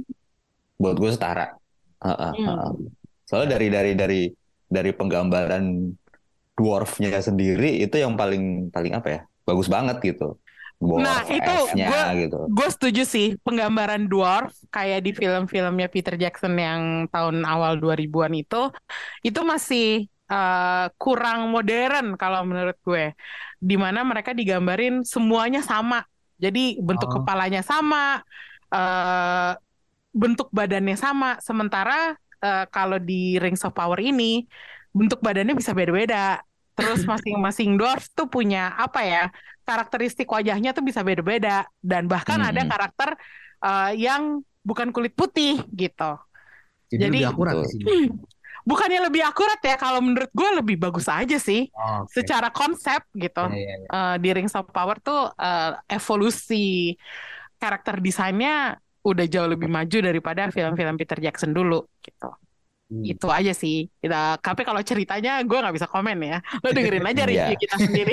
Buat gue setara. Heeh, Hmm. heeh. Soalnya dari dari dari dari penggambaran dwarfnya sendiri itu yang paling paling apa ya? Bagus banget gitu. Dwarf, Nah, itu elfnya gue gitu. gue setuju sih penggambaran dwarf kayak di film-filmnya Peter Jackson yang tahun awal dua ribuan itu itu masih eh, kurang modern kalau menurut gue. Dimana mereka digambarin semuanya sama. Jadi bentuk Oh. kepalanya sama, eh, bentuk badannya sama. Sementara eh, kalau di Rings of Power ini bentuk badannya bisa beda-beda. Terus masing-masing dwarf tuh punya apa ya, karakteristik wajahnya tuh bisa beda-beda. Dan bahkan ada Mm-mm. karakter eh, yang bukan kulit putih gitu. Jadi, Jadi- lebih akurat di Betul. sini. Bukannya lebih akurat ya, kalau menurut gue lebih bagus aja sih. Oh, oke. Secara konsep gitu. Ya, ya, ya. Eh, di Rings of Power tuh eh, evolusi karakter desainnya udah jauh lebih maju daripada film-film Peter Jackson dulu gitu. Hmm. Itu aja sih. Kita, tapi kalau ceritanya gue nggak bisa komen ya. Lo dengerin aja review Iya. kita sendiri.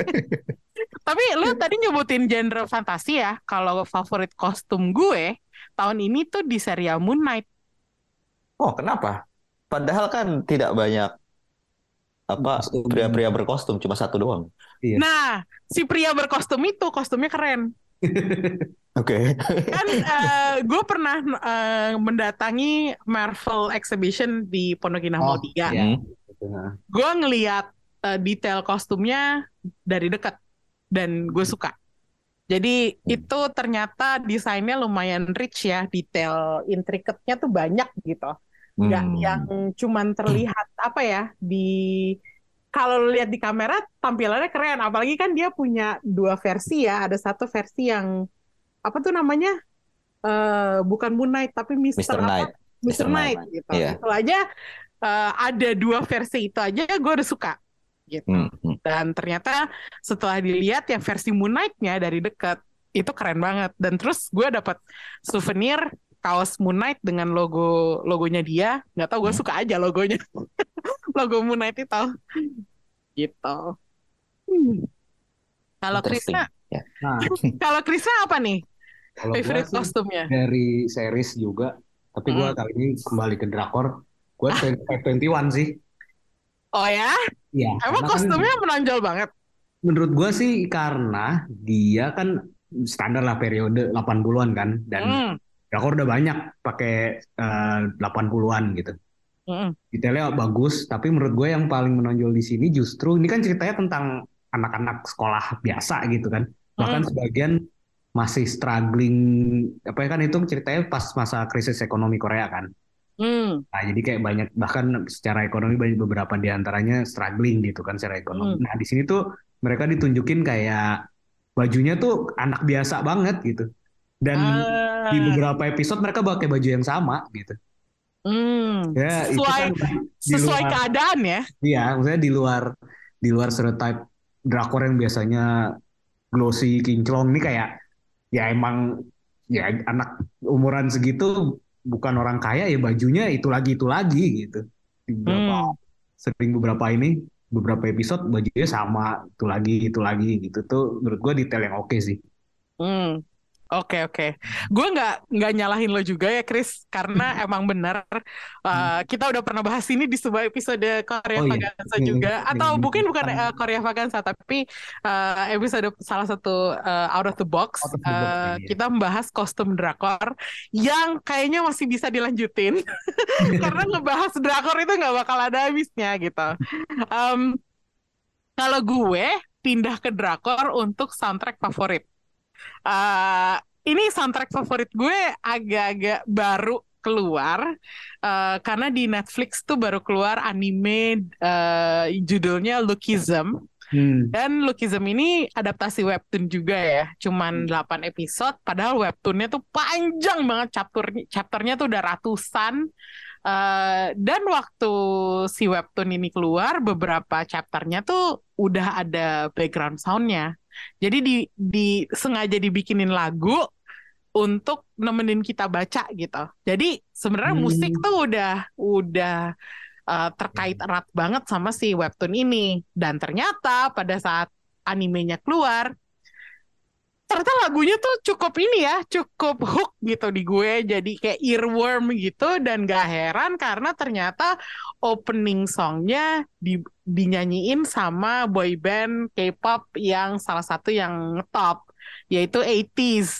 Tapi lo tadi nyebutin genre fantasi ya. Kalau favorit kostum gue tahun ini tuh di serial Moon Knight. Oh, kenapa? Padahal kan tidak banyak apa Kostum. pria-pria berkostum, cuma satu doang. Iya. Nah, si pria berkostum itu kostumnya keren. Oke. Kan eh, gue pernah eh, mendatangi Marvel Exhibition di Pondok Indah Oh, tiga. iya. Hmm. Gitu, nah. Gue ngeliat eh, detail kostumnya dari dekat dan gue suka. Jadi itu ternyata desainnya lumayan rich ya, detail intricate-nya tuh banyak gitu. Nggak Hmm. yang cuman terlihat apa ya di kalau lu lihat di kamera tampilannya keren, apalagi kan dia punya dua versi ya, ada satu versi yang apa tuh namanya, eh bukan Moon Knight tapi Mister Mister apa? Knight. Mister Mister Knight Knight. gitu. Iya. Itu aja eh, ada dua versi itu aja gue udah suka gitu. Hmm, hmm. Dan ternyata setelah dilihat yang versi Moon Knight-nya dari dekat itu keren banget. Dan terus gue dapat souvenir kaos Moon Knight dengan logo logonya dia. Nggak tahu, gue Hmm. suka aja logonya. Logo Moon Knight itu gitu. Hmm. Kalau Interesting. Krisna, Ya. Nah, kalau Krisna apa nih kalau gue favorite sih kostumnya? dari series juga, tapi gue Hmm. kali ini kembali ke drakor. Gue dua puluh satu sih. Oh ya, Iya, emang karena kan kostumnya menonjol banget. menurut gue sih karena dia kan standar lah periode delapan puluhan kan, dan Hmm. drakor udah banyak pakai eh, delapan puluhan gitu. Hmm. Detailnya bagus, tapi menurut gue yang paling menonjol di sini justru ini kan ceritanya tentang anak-anak sekolah biasa gitu kan. Bahkan Hmm. sebagian masih struggling, apa ya kan, itu ceritanya pas masa krisis ekonomi Korea kan. Hmm. Nah, jadi kayak banyak, bahkan secara ekonomi banyak beberapa di antaranya struggling gitu kan secara ekonomi. Hmm. Nah, di sini tuh mereka ditunjukin kayak bajunya tuh anak biasa banget gitu. Dan di Ah. beberapa episode mereka pakai baju yang sama gitu. Hmm. Ya, itu Sesuai kan di sesuai luar, keadaan ya. iya, maksudnya di luar di luar stereotype drakor yang biasanya glossy, kinclong, ini kayak ya emang ya anak umuran segitu bukan orang kaya, ya bajunya itu lagi itu lagi gitu. Di beberapa Hmm. sering beberapa ini beberapa episode bajunya sama, itu lagi itu lagi gitu, tuh menurut gue detail yang oke sih. Hmm. Oke oke, gue nggak nggak nyalahin lo juga ya Chris, karena emang benar uh, kita udah pernah bahas ini di sebuah episode Korea Oh iya, Vaganza juga, yang atau mungkin yang bukan uh, Korea Vaganza tapi uh, episode salah satu uh, Out of the Box, out of the box uh, ini. kita membahas kostum drakor yang kayaknya masih bisa dilanjutin karena ngebahas drakor itu nggak bakal ada habisnya gitu. Um, Kalau gue pindah ke drakor untuk soundtrack favorit. Uh, ini soundtrack favorit gue agak-agak baru keluar uh, karena di Netflix tuh baru keluar anime uh, judulnya Lookism. Hmm. Dan Lookism ini adaptasi webtoon juga ya, cuman delapan episode, padahal webtoonnya tuh panjang banget, chapter chapternya tuh udah ratusan. Uh, dan waktu si webtoon ini keluar, beberapa chapternya tuh udah ada background soundnya. Jadi di, di sengaja dibikinin lagu untuk nemenin kita baca gitu. Jadi sebenarnya Hmm. musik tuh udah udah uh, terkait erat banget sama si webtoon ini. Dan ternyata pada saat animenya keluar, ternyata lagunya tuh cukup ini ya, cukup hook gitu di gue, jadi kayak earworm gitu. Dan gak heran karena ternyata opening songnya di, dinyanyiin sama boyband K-pop yang salah satu yang top, yaitu eighties.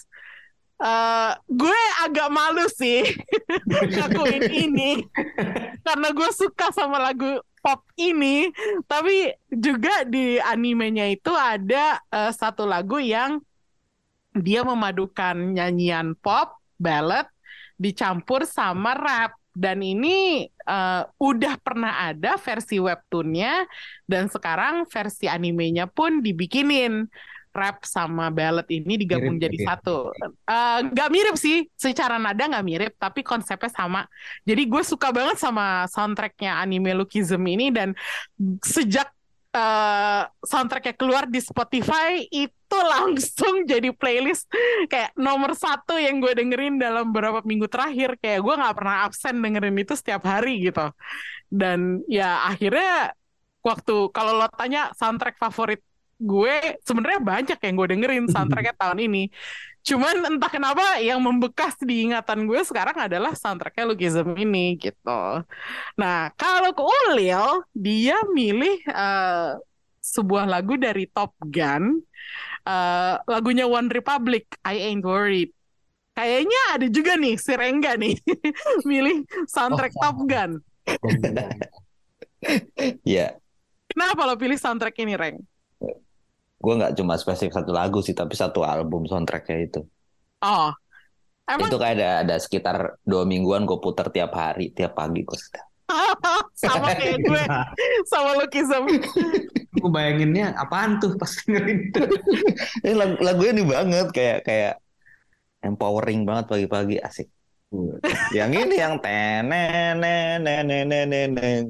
Uh, gue agak malu sih ngakuin ini karena gue suka sama lagu pop ini, tapi juga di animenya itu ada uh, satu lagu yang dia memadukan nyanyian pop, ballad, dicampur sama rap. Dan ini uh, udah pernah ada versi webtoonnya, dan sekarang versi animenya pun dibikinin. Rap sama ballad ini digabung Mirip jadi ya? satu. Uh, gak mirip sih, secara nada gak mirip, tapi konsepnya sama. Jadi gue suka banget sama soundtracknya anime Lookism ini, dan sejak Uh, soundtracknya keluar di Spotify itu langsung jadi playlist kayak nomor satu yang gue dengerin dalam beberapa minggu terakhir. Kayak gue nggak pernah absen dengerin itu setiap hari gitu. Dan ya akhirnya waktu kalau lo tanya soundtrack favorit gue, sebenarnya banyak yang gue dengerin soundtracknya tahun ini. Cuman entah kenapa yang membekas di ingatan gue sekarang adalah soundtracknya Lookism ini gitu. Nah, kalau ke Ulil, dia milih uh, sebuah lagu dari Top Gun, uh, lagunya One Republic, I Ain't Worried. Kayaknya ada juga nih si Rengga nih milih soundtrack Oh, Top Gun. Iya, Kenapa lo pilih soundtrack ini, Reng? gue nggak cuma spesifik satu lagu sih, tapi satu album soundtracknya itu. Oh, emang Itu kayak ada, ada sekitar dua mingguan gue puter tiap hari, tiap pagi gue setel. Sama kayak gue, sama Lookism. Gue bayanginnya apaan tuh pas dengerin. Ini lagu, lagunya nih banget kayak kayak empowering banget pagi-pagi, asik. Yang ini yang tenenenenenenenen.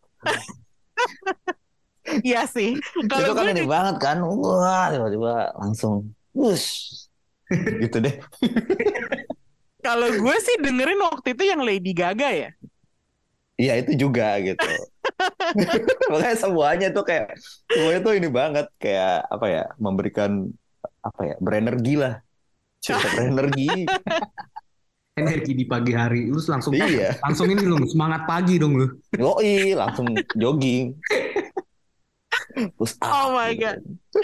Iya sih. Itu Kalau kan gue ini di- banget kan, wah tiba-tiba langsung, wush, gitu deh. kalau gue sih dengerin waktu itu yang Lady Gaga ya. Iya itu juga gitu. Makanya semuanya tuh kayak semuanya tuh ini banget kayak apa ya, memberikan apa ya, berenergi lah. Cukup berenergi. Energi di pagi hari. Lu langsung Iya. langsung ini lu semangat pagi dong lu. Yoi, langsung jogging. Push up, Oh my gitu. God.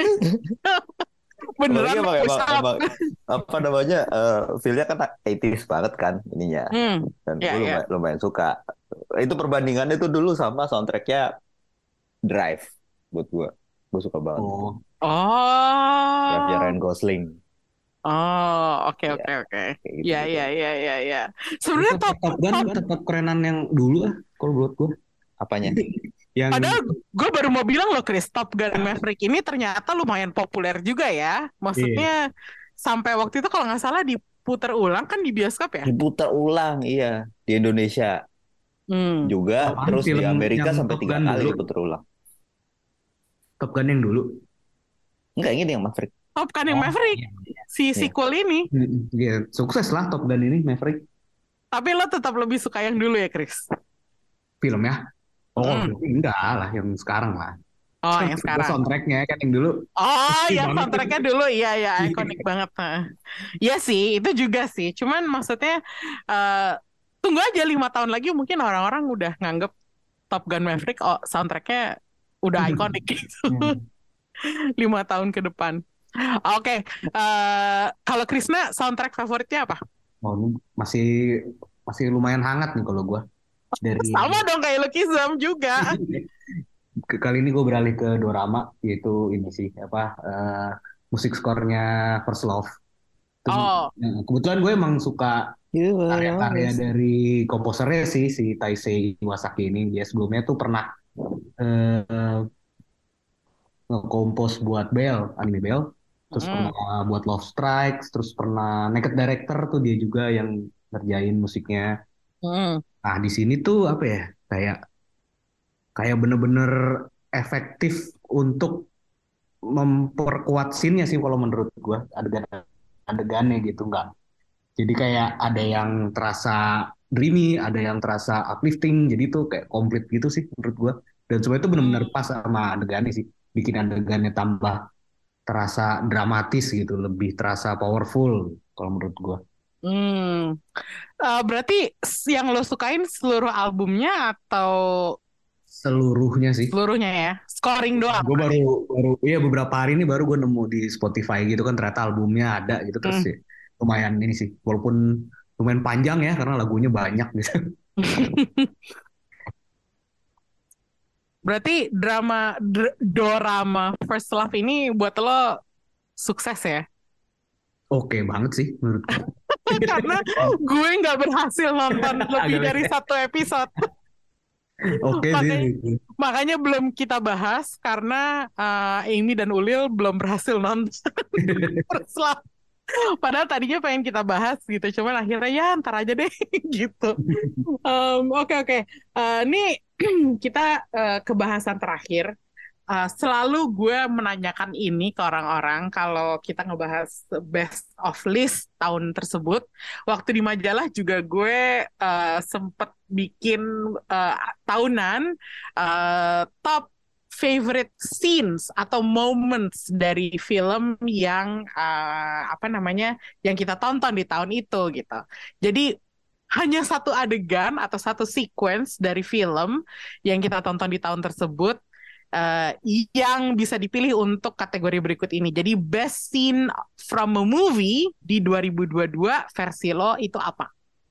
Beneran Apalagi emang, push emang, up. emang apa namanya, eh feel-nya kan eighties banget kan ininya. Hmm. Dan Ya, gue ya. lumayan, lumayan suka. Itu perbandingannya tuh dulu sama soundtracknya Drive buat gue. Gue suka banget. Oh, Drive-nya Oh. Ryan Gosling. Oh, oke Ya, oke oke. kayak gitu, Ya gitu. ya ya ya ya. Sebenarnya tetap top Top Gun top. tetap kerenan yang dulu ah kalau buat gue. Apanya? Yang Padahal gue baru mau bilang loh, Chris, Top Gun Maverick ini ternyata lumayan populer juga ya. Maksudnya sampai waktu itu kalau nggak salah diputar ulang kan di bioskop ya. Diputar ulang, iya. Di Indonesia Hmm. juga, Apaan terus di film Amerika yang sampai Top tiga Gun kali dulu? diputar ulang. Top Gun yang dulu. Enggak, ini yang Maverick. Top Gun yang Oh, Maverick, iya. si Iya. sequel ini. Mm, Iya, sukses lah Top Gun ini Maverick Tapi lo tetap lebih suka yang dulu ya, Chris? filmnya. Oh, Hmm. enggak lah yang sekarang lah. Oh, yang Gua sekarang. soundtracknya kan yang dulu. Oh, Iya yang banget. soundtracknya dulu, iya ya, ikonik banget. Nah. Iya sih, itu juga sih. Cuman maksudnya eh, tunggu aja lima tahun lagi mungkin orang-orang udah nganggep Top Gun Maverick oh, soundtracknya udah ikonik gitu. Hmm. Lima tahun ke depan. Oke, eh, kalau Krisna soundtrack favoritnya apa? Oh, ini masih masih lumayan hangat nih kalau gue dari Sama dong kayak Lookism juga. ke- kali ini gue beralih ke dorama yaitu ini sih apa eh, musik skornya First Love. Itu, Oh. nah, kebetulan gue emang suka karya-karya dari komposernya sih si Taisei Iwasaki ini. Dia sebelumnya tuh pernah eh, nge-compose buat Bell, anime Bell. Terus Hmm. pernah buat Love Strikes, terus pernah Naked Director tuh dia juga yang ngerjain musiknya. Hmm. Nah di sini tuh apa ya kayak kayak bener-bener efektif untuk memperkuat scene-nya sih kalau menurut gua adegan adegannya gitu nggak. Jadi kayak ada yang terasa dreamy, ada yang terasa uplifting, jadi tuh kayak komplit gitu sih menurut gua. Dan semua itu benar-benar Hmm. pas sama adegannya sih, bikin adegannya tambah terasa dramatis gitu, lebih terasa powerful kalau menurut gua. Hmm. Eh, berarti s- yang lo sukain seluruh albumnya atau Seluruhnya sih. seluruhnya ya? Scoring doang. Gue baru baru iya beberapa hari ini baru gue nemu di Spotify gitu kan ternyata albumnya ada gitu terus Hmm. sih lumayan ini sih walaupun lumayan panjang ya karena lagunya banyak gitu. Berarti drama dr- dorama First Love ini buat lo sukses ya? Oke banget sih menurut gue. Karena gue nggak berhasil nonton lebih Agak dari beda. satu episode. Oke sih. Makanya, makanya belum kita bahas karena eh, Amy dan Ulil belum berhasil nonton First Love. Padahal tadinya pengen kita bahas gitu, cuman akhirnya ya ntar aja deh gitu. Em, Oke oke, Eh, ini kita eh, ke bahasan terakhir. Eh, selalu gue menanyakan ini ke orang-orang kalau kita ngebahas best of list tahun tersebut. Waktu di majalah juga gue eh, sempet bikin eh, tahunan eh, top favorite scenes atau moments dari film yang eh, apa namanya yang kita tonton di tahun itu gitu. Jadi hanya satu adegan atau satu sequence dari film yang kita tonton di tahun tersebut eh, yang bisa dipilih untuk kategori berikut ini. Jadi best scene from a movie di dua ribu dua puluh dua versi lo itu apa?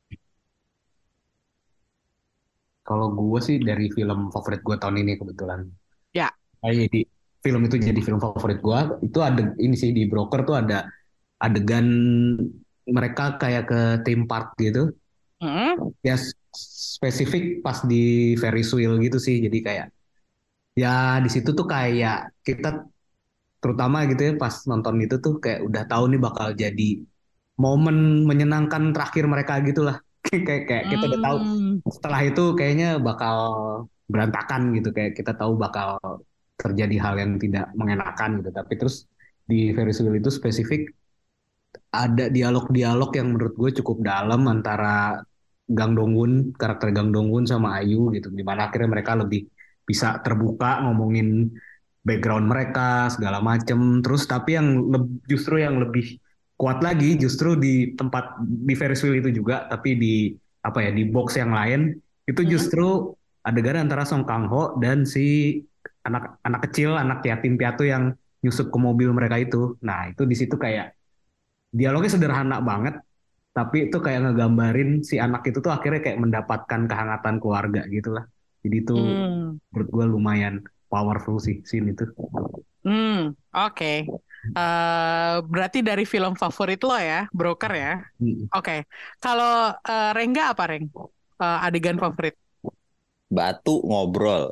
Kalau gue sih dari film favorit gue tahun ini kebetulan. Ya. Kayak jadi film itu jadi film favorit gue itu ada ini sih di Broker tuh ada adegan mereka kayak ke theme park gitu. Hmm? Ya spesifik pas di Ferris wheel gitu sih. Jadi kayak ya di situ tuh kayak kita terutama gitu ya pas nonton itu tuh kayak udah tahu nih bakal jadi momen menyenangkan terakhir mereka gitulah. Kayak kayak kita udah tahu Hmm. setelah itu kayaknya bakal berantakan gitu, kayak kita tahu bakal terjadi hal yang tidak mengenakan gitu. Tapi terus di Ferris wheel itu spesifik ada dialog-dialog yang menurut gue cukup dalam antara Gang Dongwon, karakter Gang Dongwon sama Ayu gitu. Dimana akhirnya mereka lebih bisa terbuka ngomongin background mereka segala macem. Terus tapi yang leb- justru yang lebih kuat lagi justru di tempat di Ferris wheel itu juga, tapi di apa ya di box yang lain itu Hmm. justru adegan antara Song Kang Ho dan si anak anak kecil, anak yatim piatu yang nyusup ke mobil mereka itu. Nah itu di situ kayak dialognya sederhana banget, tapi itu kayak ngegambarin si anak itu tuh akhirnya kayak mendapatkan kehangatan keluarga gitu lah. Jadi itu Hmm. menurut gue lumayan powerful sih scene itu. Hmm. Oke. Eh, berarti dari film favorit lo ya, Broker ya. Mm. Oke. Kalau eh, Rengga apa Reng? Eh, adegan favorit? Batu ngobrol.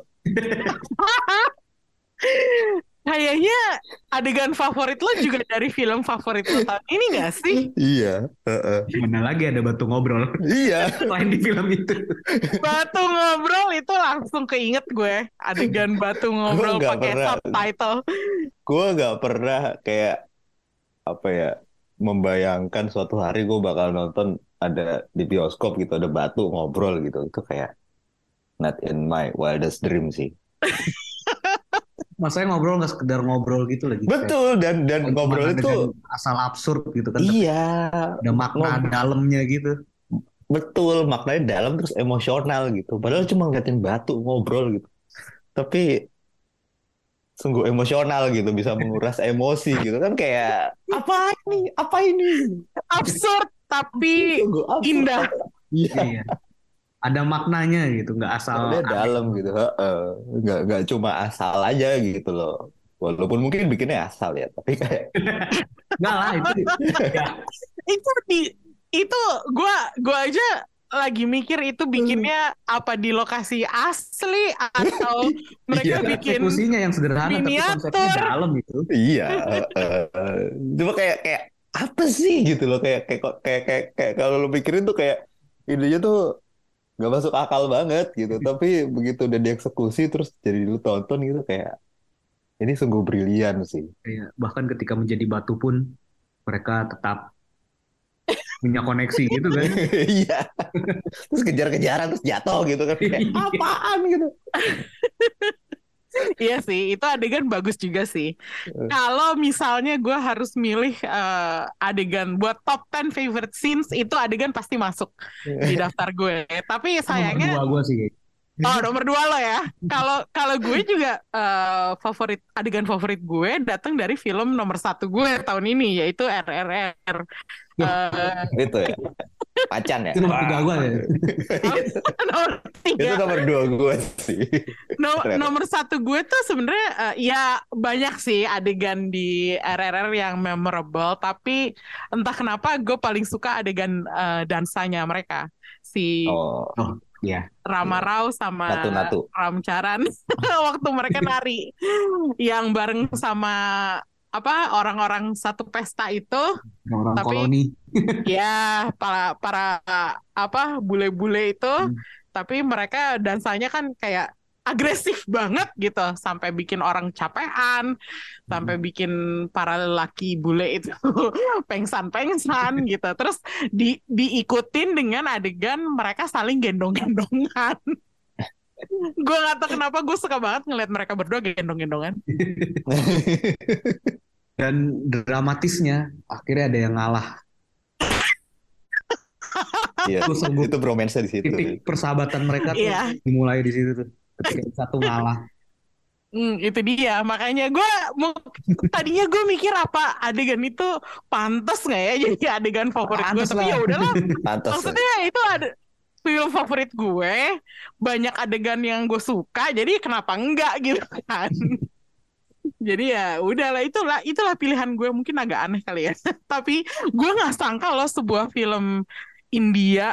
Kayaknya adegan favorit lo juga dari film favorit lo tahun ini gak sih? Iya. heeh. Mana lagi ada batu ngobrol Iya. selain di film itu. Batu ngobrol itu langsung keinget gue. Adegan batu ngobrol nggak pakai pernah. subtitle. Gue nggak pernah kayak apa ya membayangkan suatu hari gue bakal nonton ada di bioskop gitu ada batu ngobrol gitu. Itu kayak not in my wildest dream sih. Maksudnya ngobrol nggak sekedar ngobrol gitu lagi. Kayak Betul dan dan cuma ngobrol dengan itu asal absurd gitu kan. Tapi iya ada makna ngob- dalamnya gitu. betul maknanya dalam terus emosional gitu. Padahal cuma ngeliatin batu ngobrol gitu. Tapi sungguh emosional gitu bisa menguras emosi gitu kan kayak apa ini apa ini Absurd tapi sungguh absurd. indah. Iya. Iya. Ada maknanya gitu, nggak asal Dia aneh. dalam gitu, heeh. Nggak nggak cuma asal aja gitu loh. Walaupun mungkin bikinnya asal ya, tapi kayak Nggak lah itu. Ya, Itu di itu gue gue aja lagi mikir itu bikinnya apa di lokasi asli atau mereka Iya. bikin eksekusinya yang sederhana tapi konsepnya miniatur. dalam gitu. iya. heeh. Cuma kayak kayak apa sih gitu loh kayak kayak kayak kayak, kayak kalau lo pikirin tuh kayak idenya tuh nggak masuk akal banget gitu. Tapi begitu udah dieksekusi terus jadi lu tonton gitu kayak ini sungguh brilian sih. Kayak bahkan ketika menjadi batu pun mereka tetap punya koneksi gitu kan. Iya. Terus kejar-kejaran terus jatuh gitu kan kayak apaan gitu. Iya sih, itu adegan bagus juga sih. Kalau misalnya gue harus milih eh, adegan buat top sepuluh favorite scenes, itu adegan pasti masuk di daftar gue. Tapi sayangnya, Nomor dua gue sih. oh nomor dua lo ya. Kalau kalau gue juga eh, favorit adegan favorit gue datang dari film nomor satu gue tahun ini, yaitu R R R. Eh, Itu ya. Macan ya. Itu nomor tiga gue ya. nomor Itu tiga. nomor dua gue sih. No- Keren. nomor satu gue tuh sebenarnya eh, ya banyak sih adegan di R R R yang memorable, tapi entah kenapa gue paling suka adegan eh, dansanya mereka, si Oh, Oh iya. Rama Rao sama Natu-natu. Ram Charan waktu mereka nari yang bareng sama apa orang-orang satu pesta itu, Orang Tapi- koloni. ya para para apa bule-bule itu, Hmm. tapi mereka dansanya kan kayak agresif banget gitu sampai bikin orang capean, sampai bikin para lelaki bule itu pengsan-pengsan gitu. Terus di diikutin dengan adegan mereka saling gendong-gendongan. Gue gak tau kenapa gue suka banget ngeliat mereka berdua gendong-gendongan. Dan dramatisnya akhirnya ada yang ngalah. Iya. Itu sungguh Itu bromance di situ. titik persahabatan mereka tuh Iya. dimulai di situ tuh. Ketika satu ngalah. Hmm, itu dia. Makanya gue mau tadinya gue mikir apa adegan itu pantas nggak ya jadi adegan favorit gue. Pantes Tapi lah. ya udahlah. Pantas. Maksudnya itu ada film favorit gue, banyak adegan yang gue suka, jadi kenapa enggak gitu kan? Jadi ya udahlah, itulah itulah pilihan gue, mungkin agak aneh kali ya. Tapi gue nggak sangka loh sebuah film India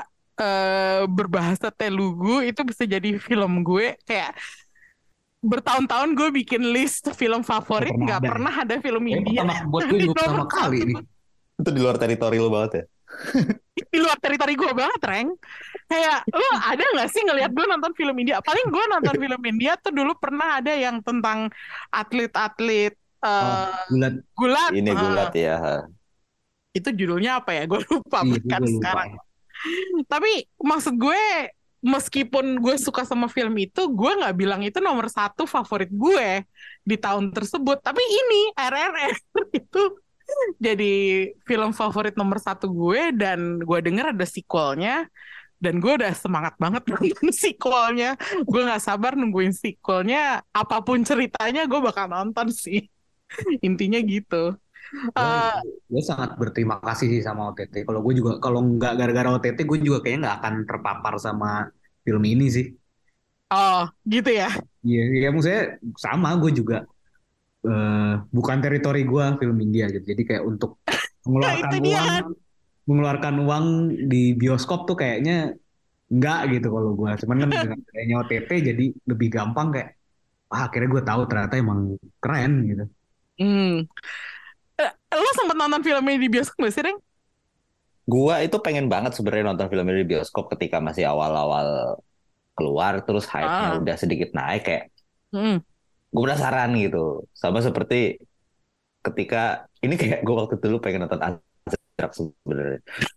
eh, berbahasa Telugu itu bisa jadi film gue. Kayak bertahun-tahun gue bikin list film favorit, pernah nggak ada. pernah ada film Kayaknya India pertama buat gue di juga pertama nomor kali satu. nih. Itu di luar teritori lo banget ya. Di luar teritori gue banget, Reng. Kayak lo ada nggak sih ngelihat gue nonton film India? Paling gue nonton film India tuh dulu pernah ada yang tentang atlet-atlet Oh, eh, bulat. gulat. Ini Eh, gulat ya. itu judulnya apa ya? Gue lupa Iya, bahkan gue lupa. sekarang. Tapi maksud gue, meskipun gue suka sama film itu, gue nggak bilang itu nomor satu favorit gue di tahun tersebut. Tapi ini R R R itu jadi film favorit nomor satu gue, dan gue denger ada sequelnya, dan gue udah semangat banget nonton sequelnya. Gue nggak sabar nungguin sequelnya. Apapun ceritanya, gue bakal nonton sih. Intinya gitu. Gue Eh, gue sangat berterima kasih sih sama O T T. Kalau gue juga kalau nggak gara-gara O T T, gue juga kayaknya nggak akan terpapar sama film ini sih. oh, gitu ya. Iya, ya maksudnya sama. Gue juga eh, bukan teritori gue film India gitu. Jadi kayak untuk Nah, mengeluarkan itu dia uang, kan. mengeluarkan uang di bioskop tuh kayaknya nggak gitu kalau gue. Cuman kan dengan adanya O T T jadi lebih gampang kayak, ah akhirnya gue tahu ternyata emang keren gitu. Hmm. Eh, Lo sempet nonton film ini di bioskop gak sih, Reng? Gua itu pengen banget sebenarnya nonton film ini di bioskop ketika masih awal-awal keluar, terus hype-nya Ah. udah sedikit naik, kayak Hmm. gue penasaran gitu. Sama seperti ketika ini, kayak gue waktu dulu pengen nonton Azrak sebenarnya.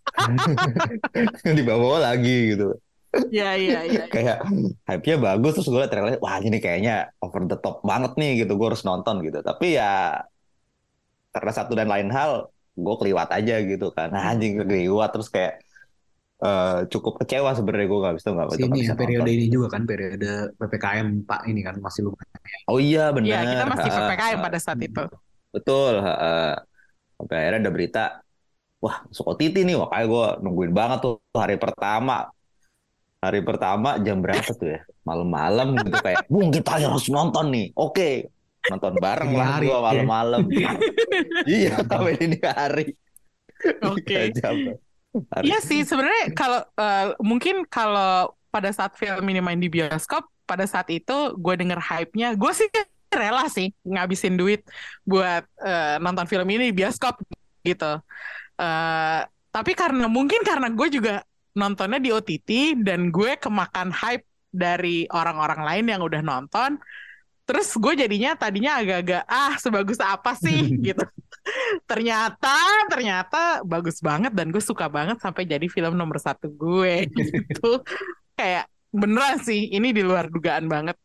Dibawa lagi gitu. Ya, ya, ya. Kayak hype-nya bagus, terus gue liat trailer, wah ini kayaknya over the top banget nih gitu, gue harus nonton gitu. Tapi ya karena satu dan lain hal, gue keliwat aja gitu kan. Nah, anjing keliwat, terus kayak eh, cukup kecewa sebenarnya, gue nggak bisa nggak Si itu nggak ini bisa ya periode nonton. ini juga kan periode P P K M Pak ini kan masih lumayan. Oh iya Ya, kita bener, masih Ha, P P K M ha. pada saat itu. Betul. Ha. Sampai akhirnya ada berita, wah masuk O T T nih, makanya gue nungguin banget tuh hari pertama. Hari pertama jam berapa tuh ya? Malam-malam gitu, kayak, Bung kita harus nonton nih. Oke, nonton bareng Dini lah hari gue ya. malam-malam. Iya, Gampang. sampai dini hari. Oke. Tiga jam. Hari. Iya sih, sebenarnya kalau eh, mungkin kalau pada saat film ini main di bioskop, pada saat itu gue denger hype-nya, gue sih rela sih ngabisin duit buat eh, nonton film ini di bioskop gitu. Eh, tapi karena mungkin karena gue juga nontonnya di O T T dan gue kemakan hype dari orang-orang lain yang udah nonton, terus gue jadinya tadinya agak-agak ah sebagus apa sih gitu. Ternyata ternyata bagus banget dan gue suka banget sampai jadi film nomor satu gue gitu. Kayak beneran sih ini di luar dugaan banget.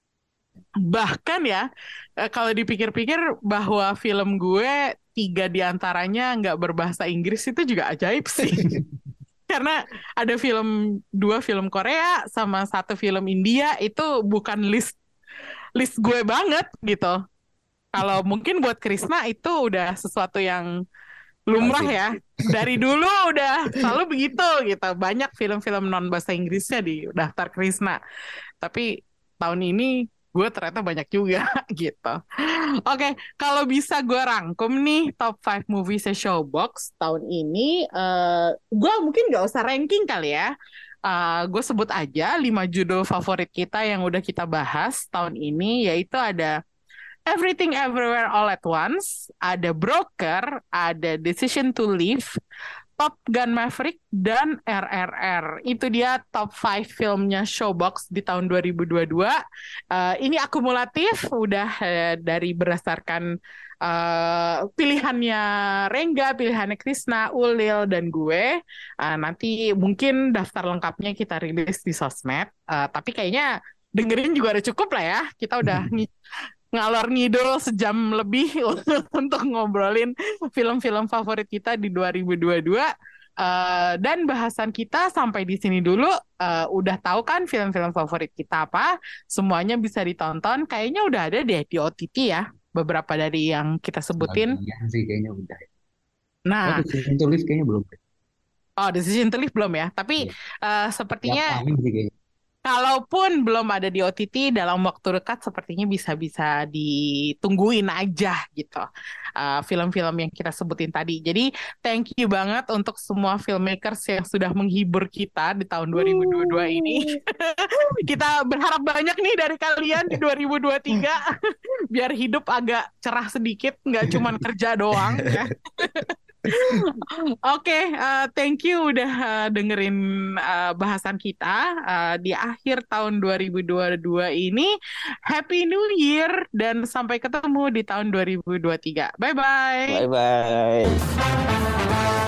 Bahkan ya eh, kalau dipikir-pikir bahwa film gue tiga diantaranya nggak berbahasa Inggris itu juga ajaib sih. Karena ada film dua film Korea sama satu film India itu bukan list list gue banget gitu. Kalau mungkin buat Krisna itu udah sesuatu yang lumrah Masih. ya. Dari dulu udah selalu begitu gitu. Banyak film-film non bahasa Inggrisnya di daftar Krisna. Tapi tahun ini gue ternyata banyak juga gitu. Oke, kalau bisa gue rangkum nih top five movies Showbox tahun ini, eh gue mungkin gak usah ranking kali ya. Eh gue sebut aja lima judul favorit kita yang udah kita bahas tahun ini, yaitu ada Everything Everywhere All at Once, ada Broker, ada Decision to Live, Top Gun Maverick, dan R R R. Itu dia top five filmnya Showbox di tahun dua ribu dua puluh dua. Uh, ini akumulatif, udah uh, dari berdasarkan uh, pilihannya Rengga, pilihannya Krisna, Ulil, dan gue. Uh, nanti mungkin daftar lengkapnya kita rilis di sosmed. Uh, tapi kayaknya dengerin juga udah cukup lah ya. Kita udah ng- ngalor ngidul sejam lebih untuk ngobrolin film-film favorit kita di dua ribu dua puluh dua. Uh, dan bahasan kita sampai di sini dulu. Uh, udah tahu kan film-film favorit kita apa? Semuanya bisa ditonton. Kayaknya udah ada deh di O T T ya. Beberapa dari yang kita sebutin. Bagian sih kayaknya udah. Nah, Oh, Decision to Live kayaknya belum. oh Decision to Live belum ya. Tapi Iya. uh, Tiap sepertinya tahun sih kayaknya. Kalaupun belum ada di O T T dalam waktu dekat, sepertinya bisa-bisa ditungguin aja gitu. Uh, film-film yang kita sebutin tadi. Jadi thank you banget untuk semua filmmakers yang sudah menghibur kita di tahun dua ribu dua puluh dua ini. Kita berharap banyak nih dari kalian di dua ribu dua puluh tiga biar hidup agak cerah sedikit, nggak cuman kerja doang ya. Oke, uh, thank you udah uh, dengerin uh, bahasan kita uh, di akhir tahun dua ribu dua puluh dua ini. Happy New Year dan sampai ketemu di tahun dua ribu dua puluh tiga. Bye-bye. Bye bye.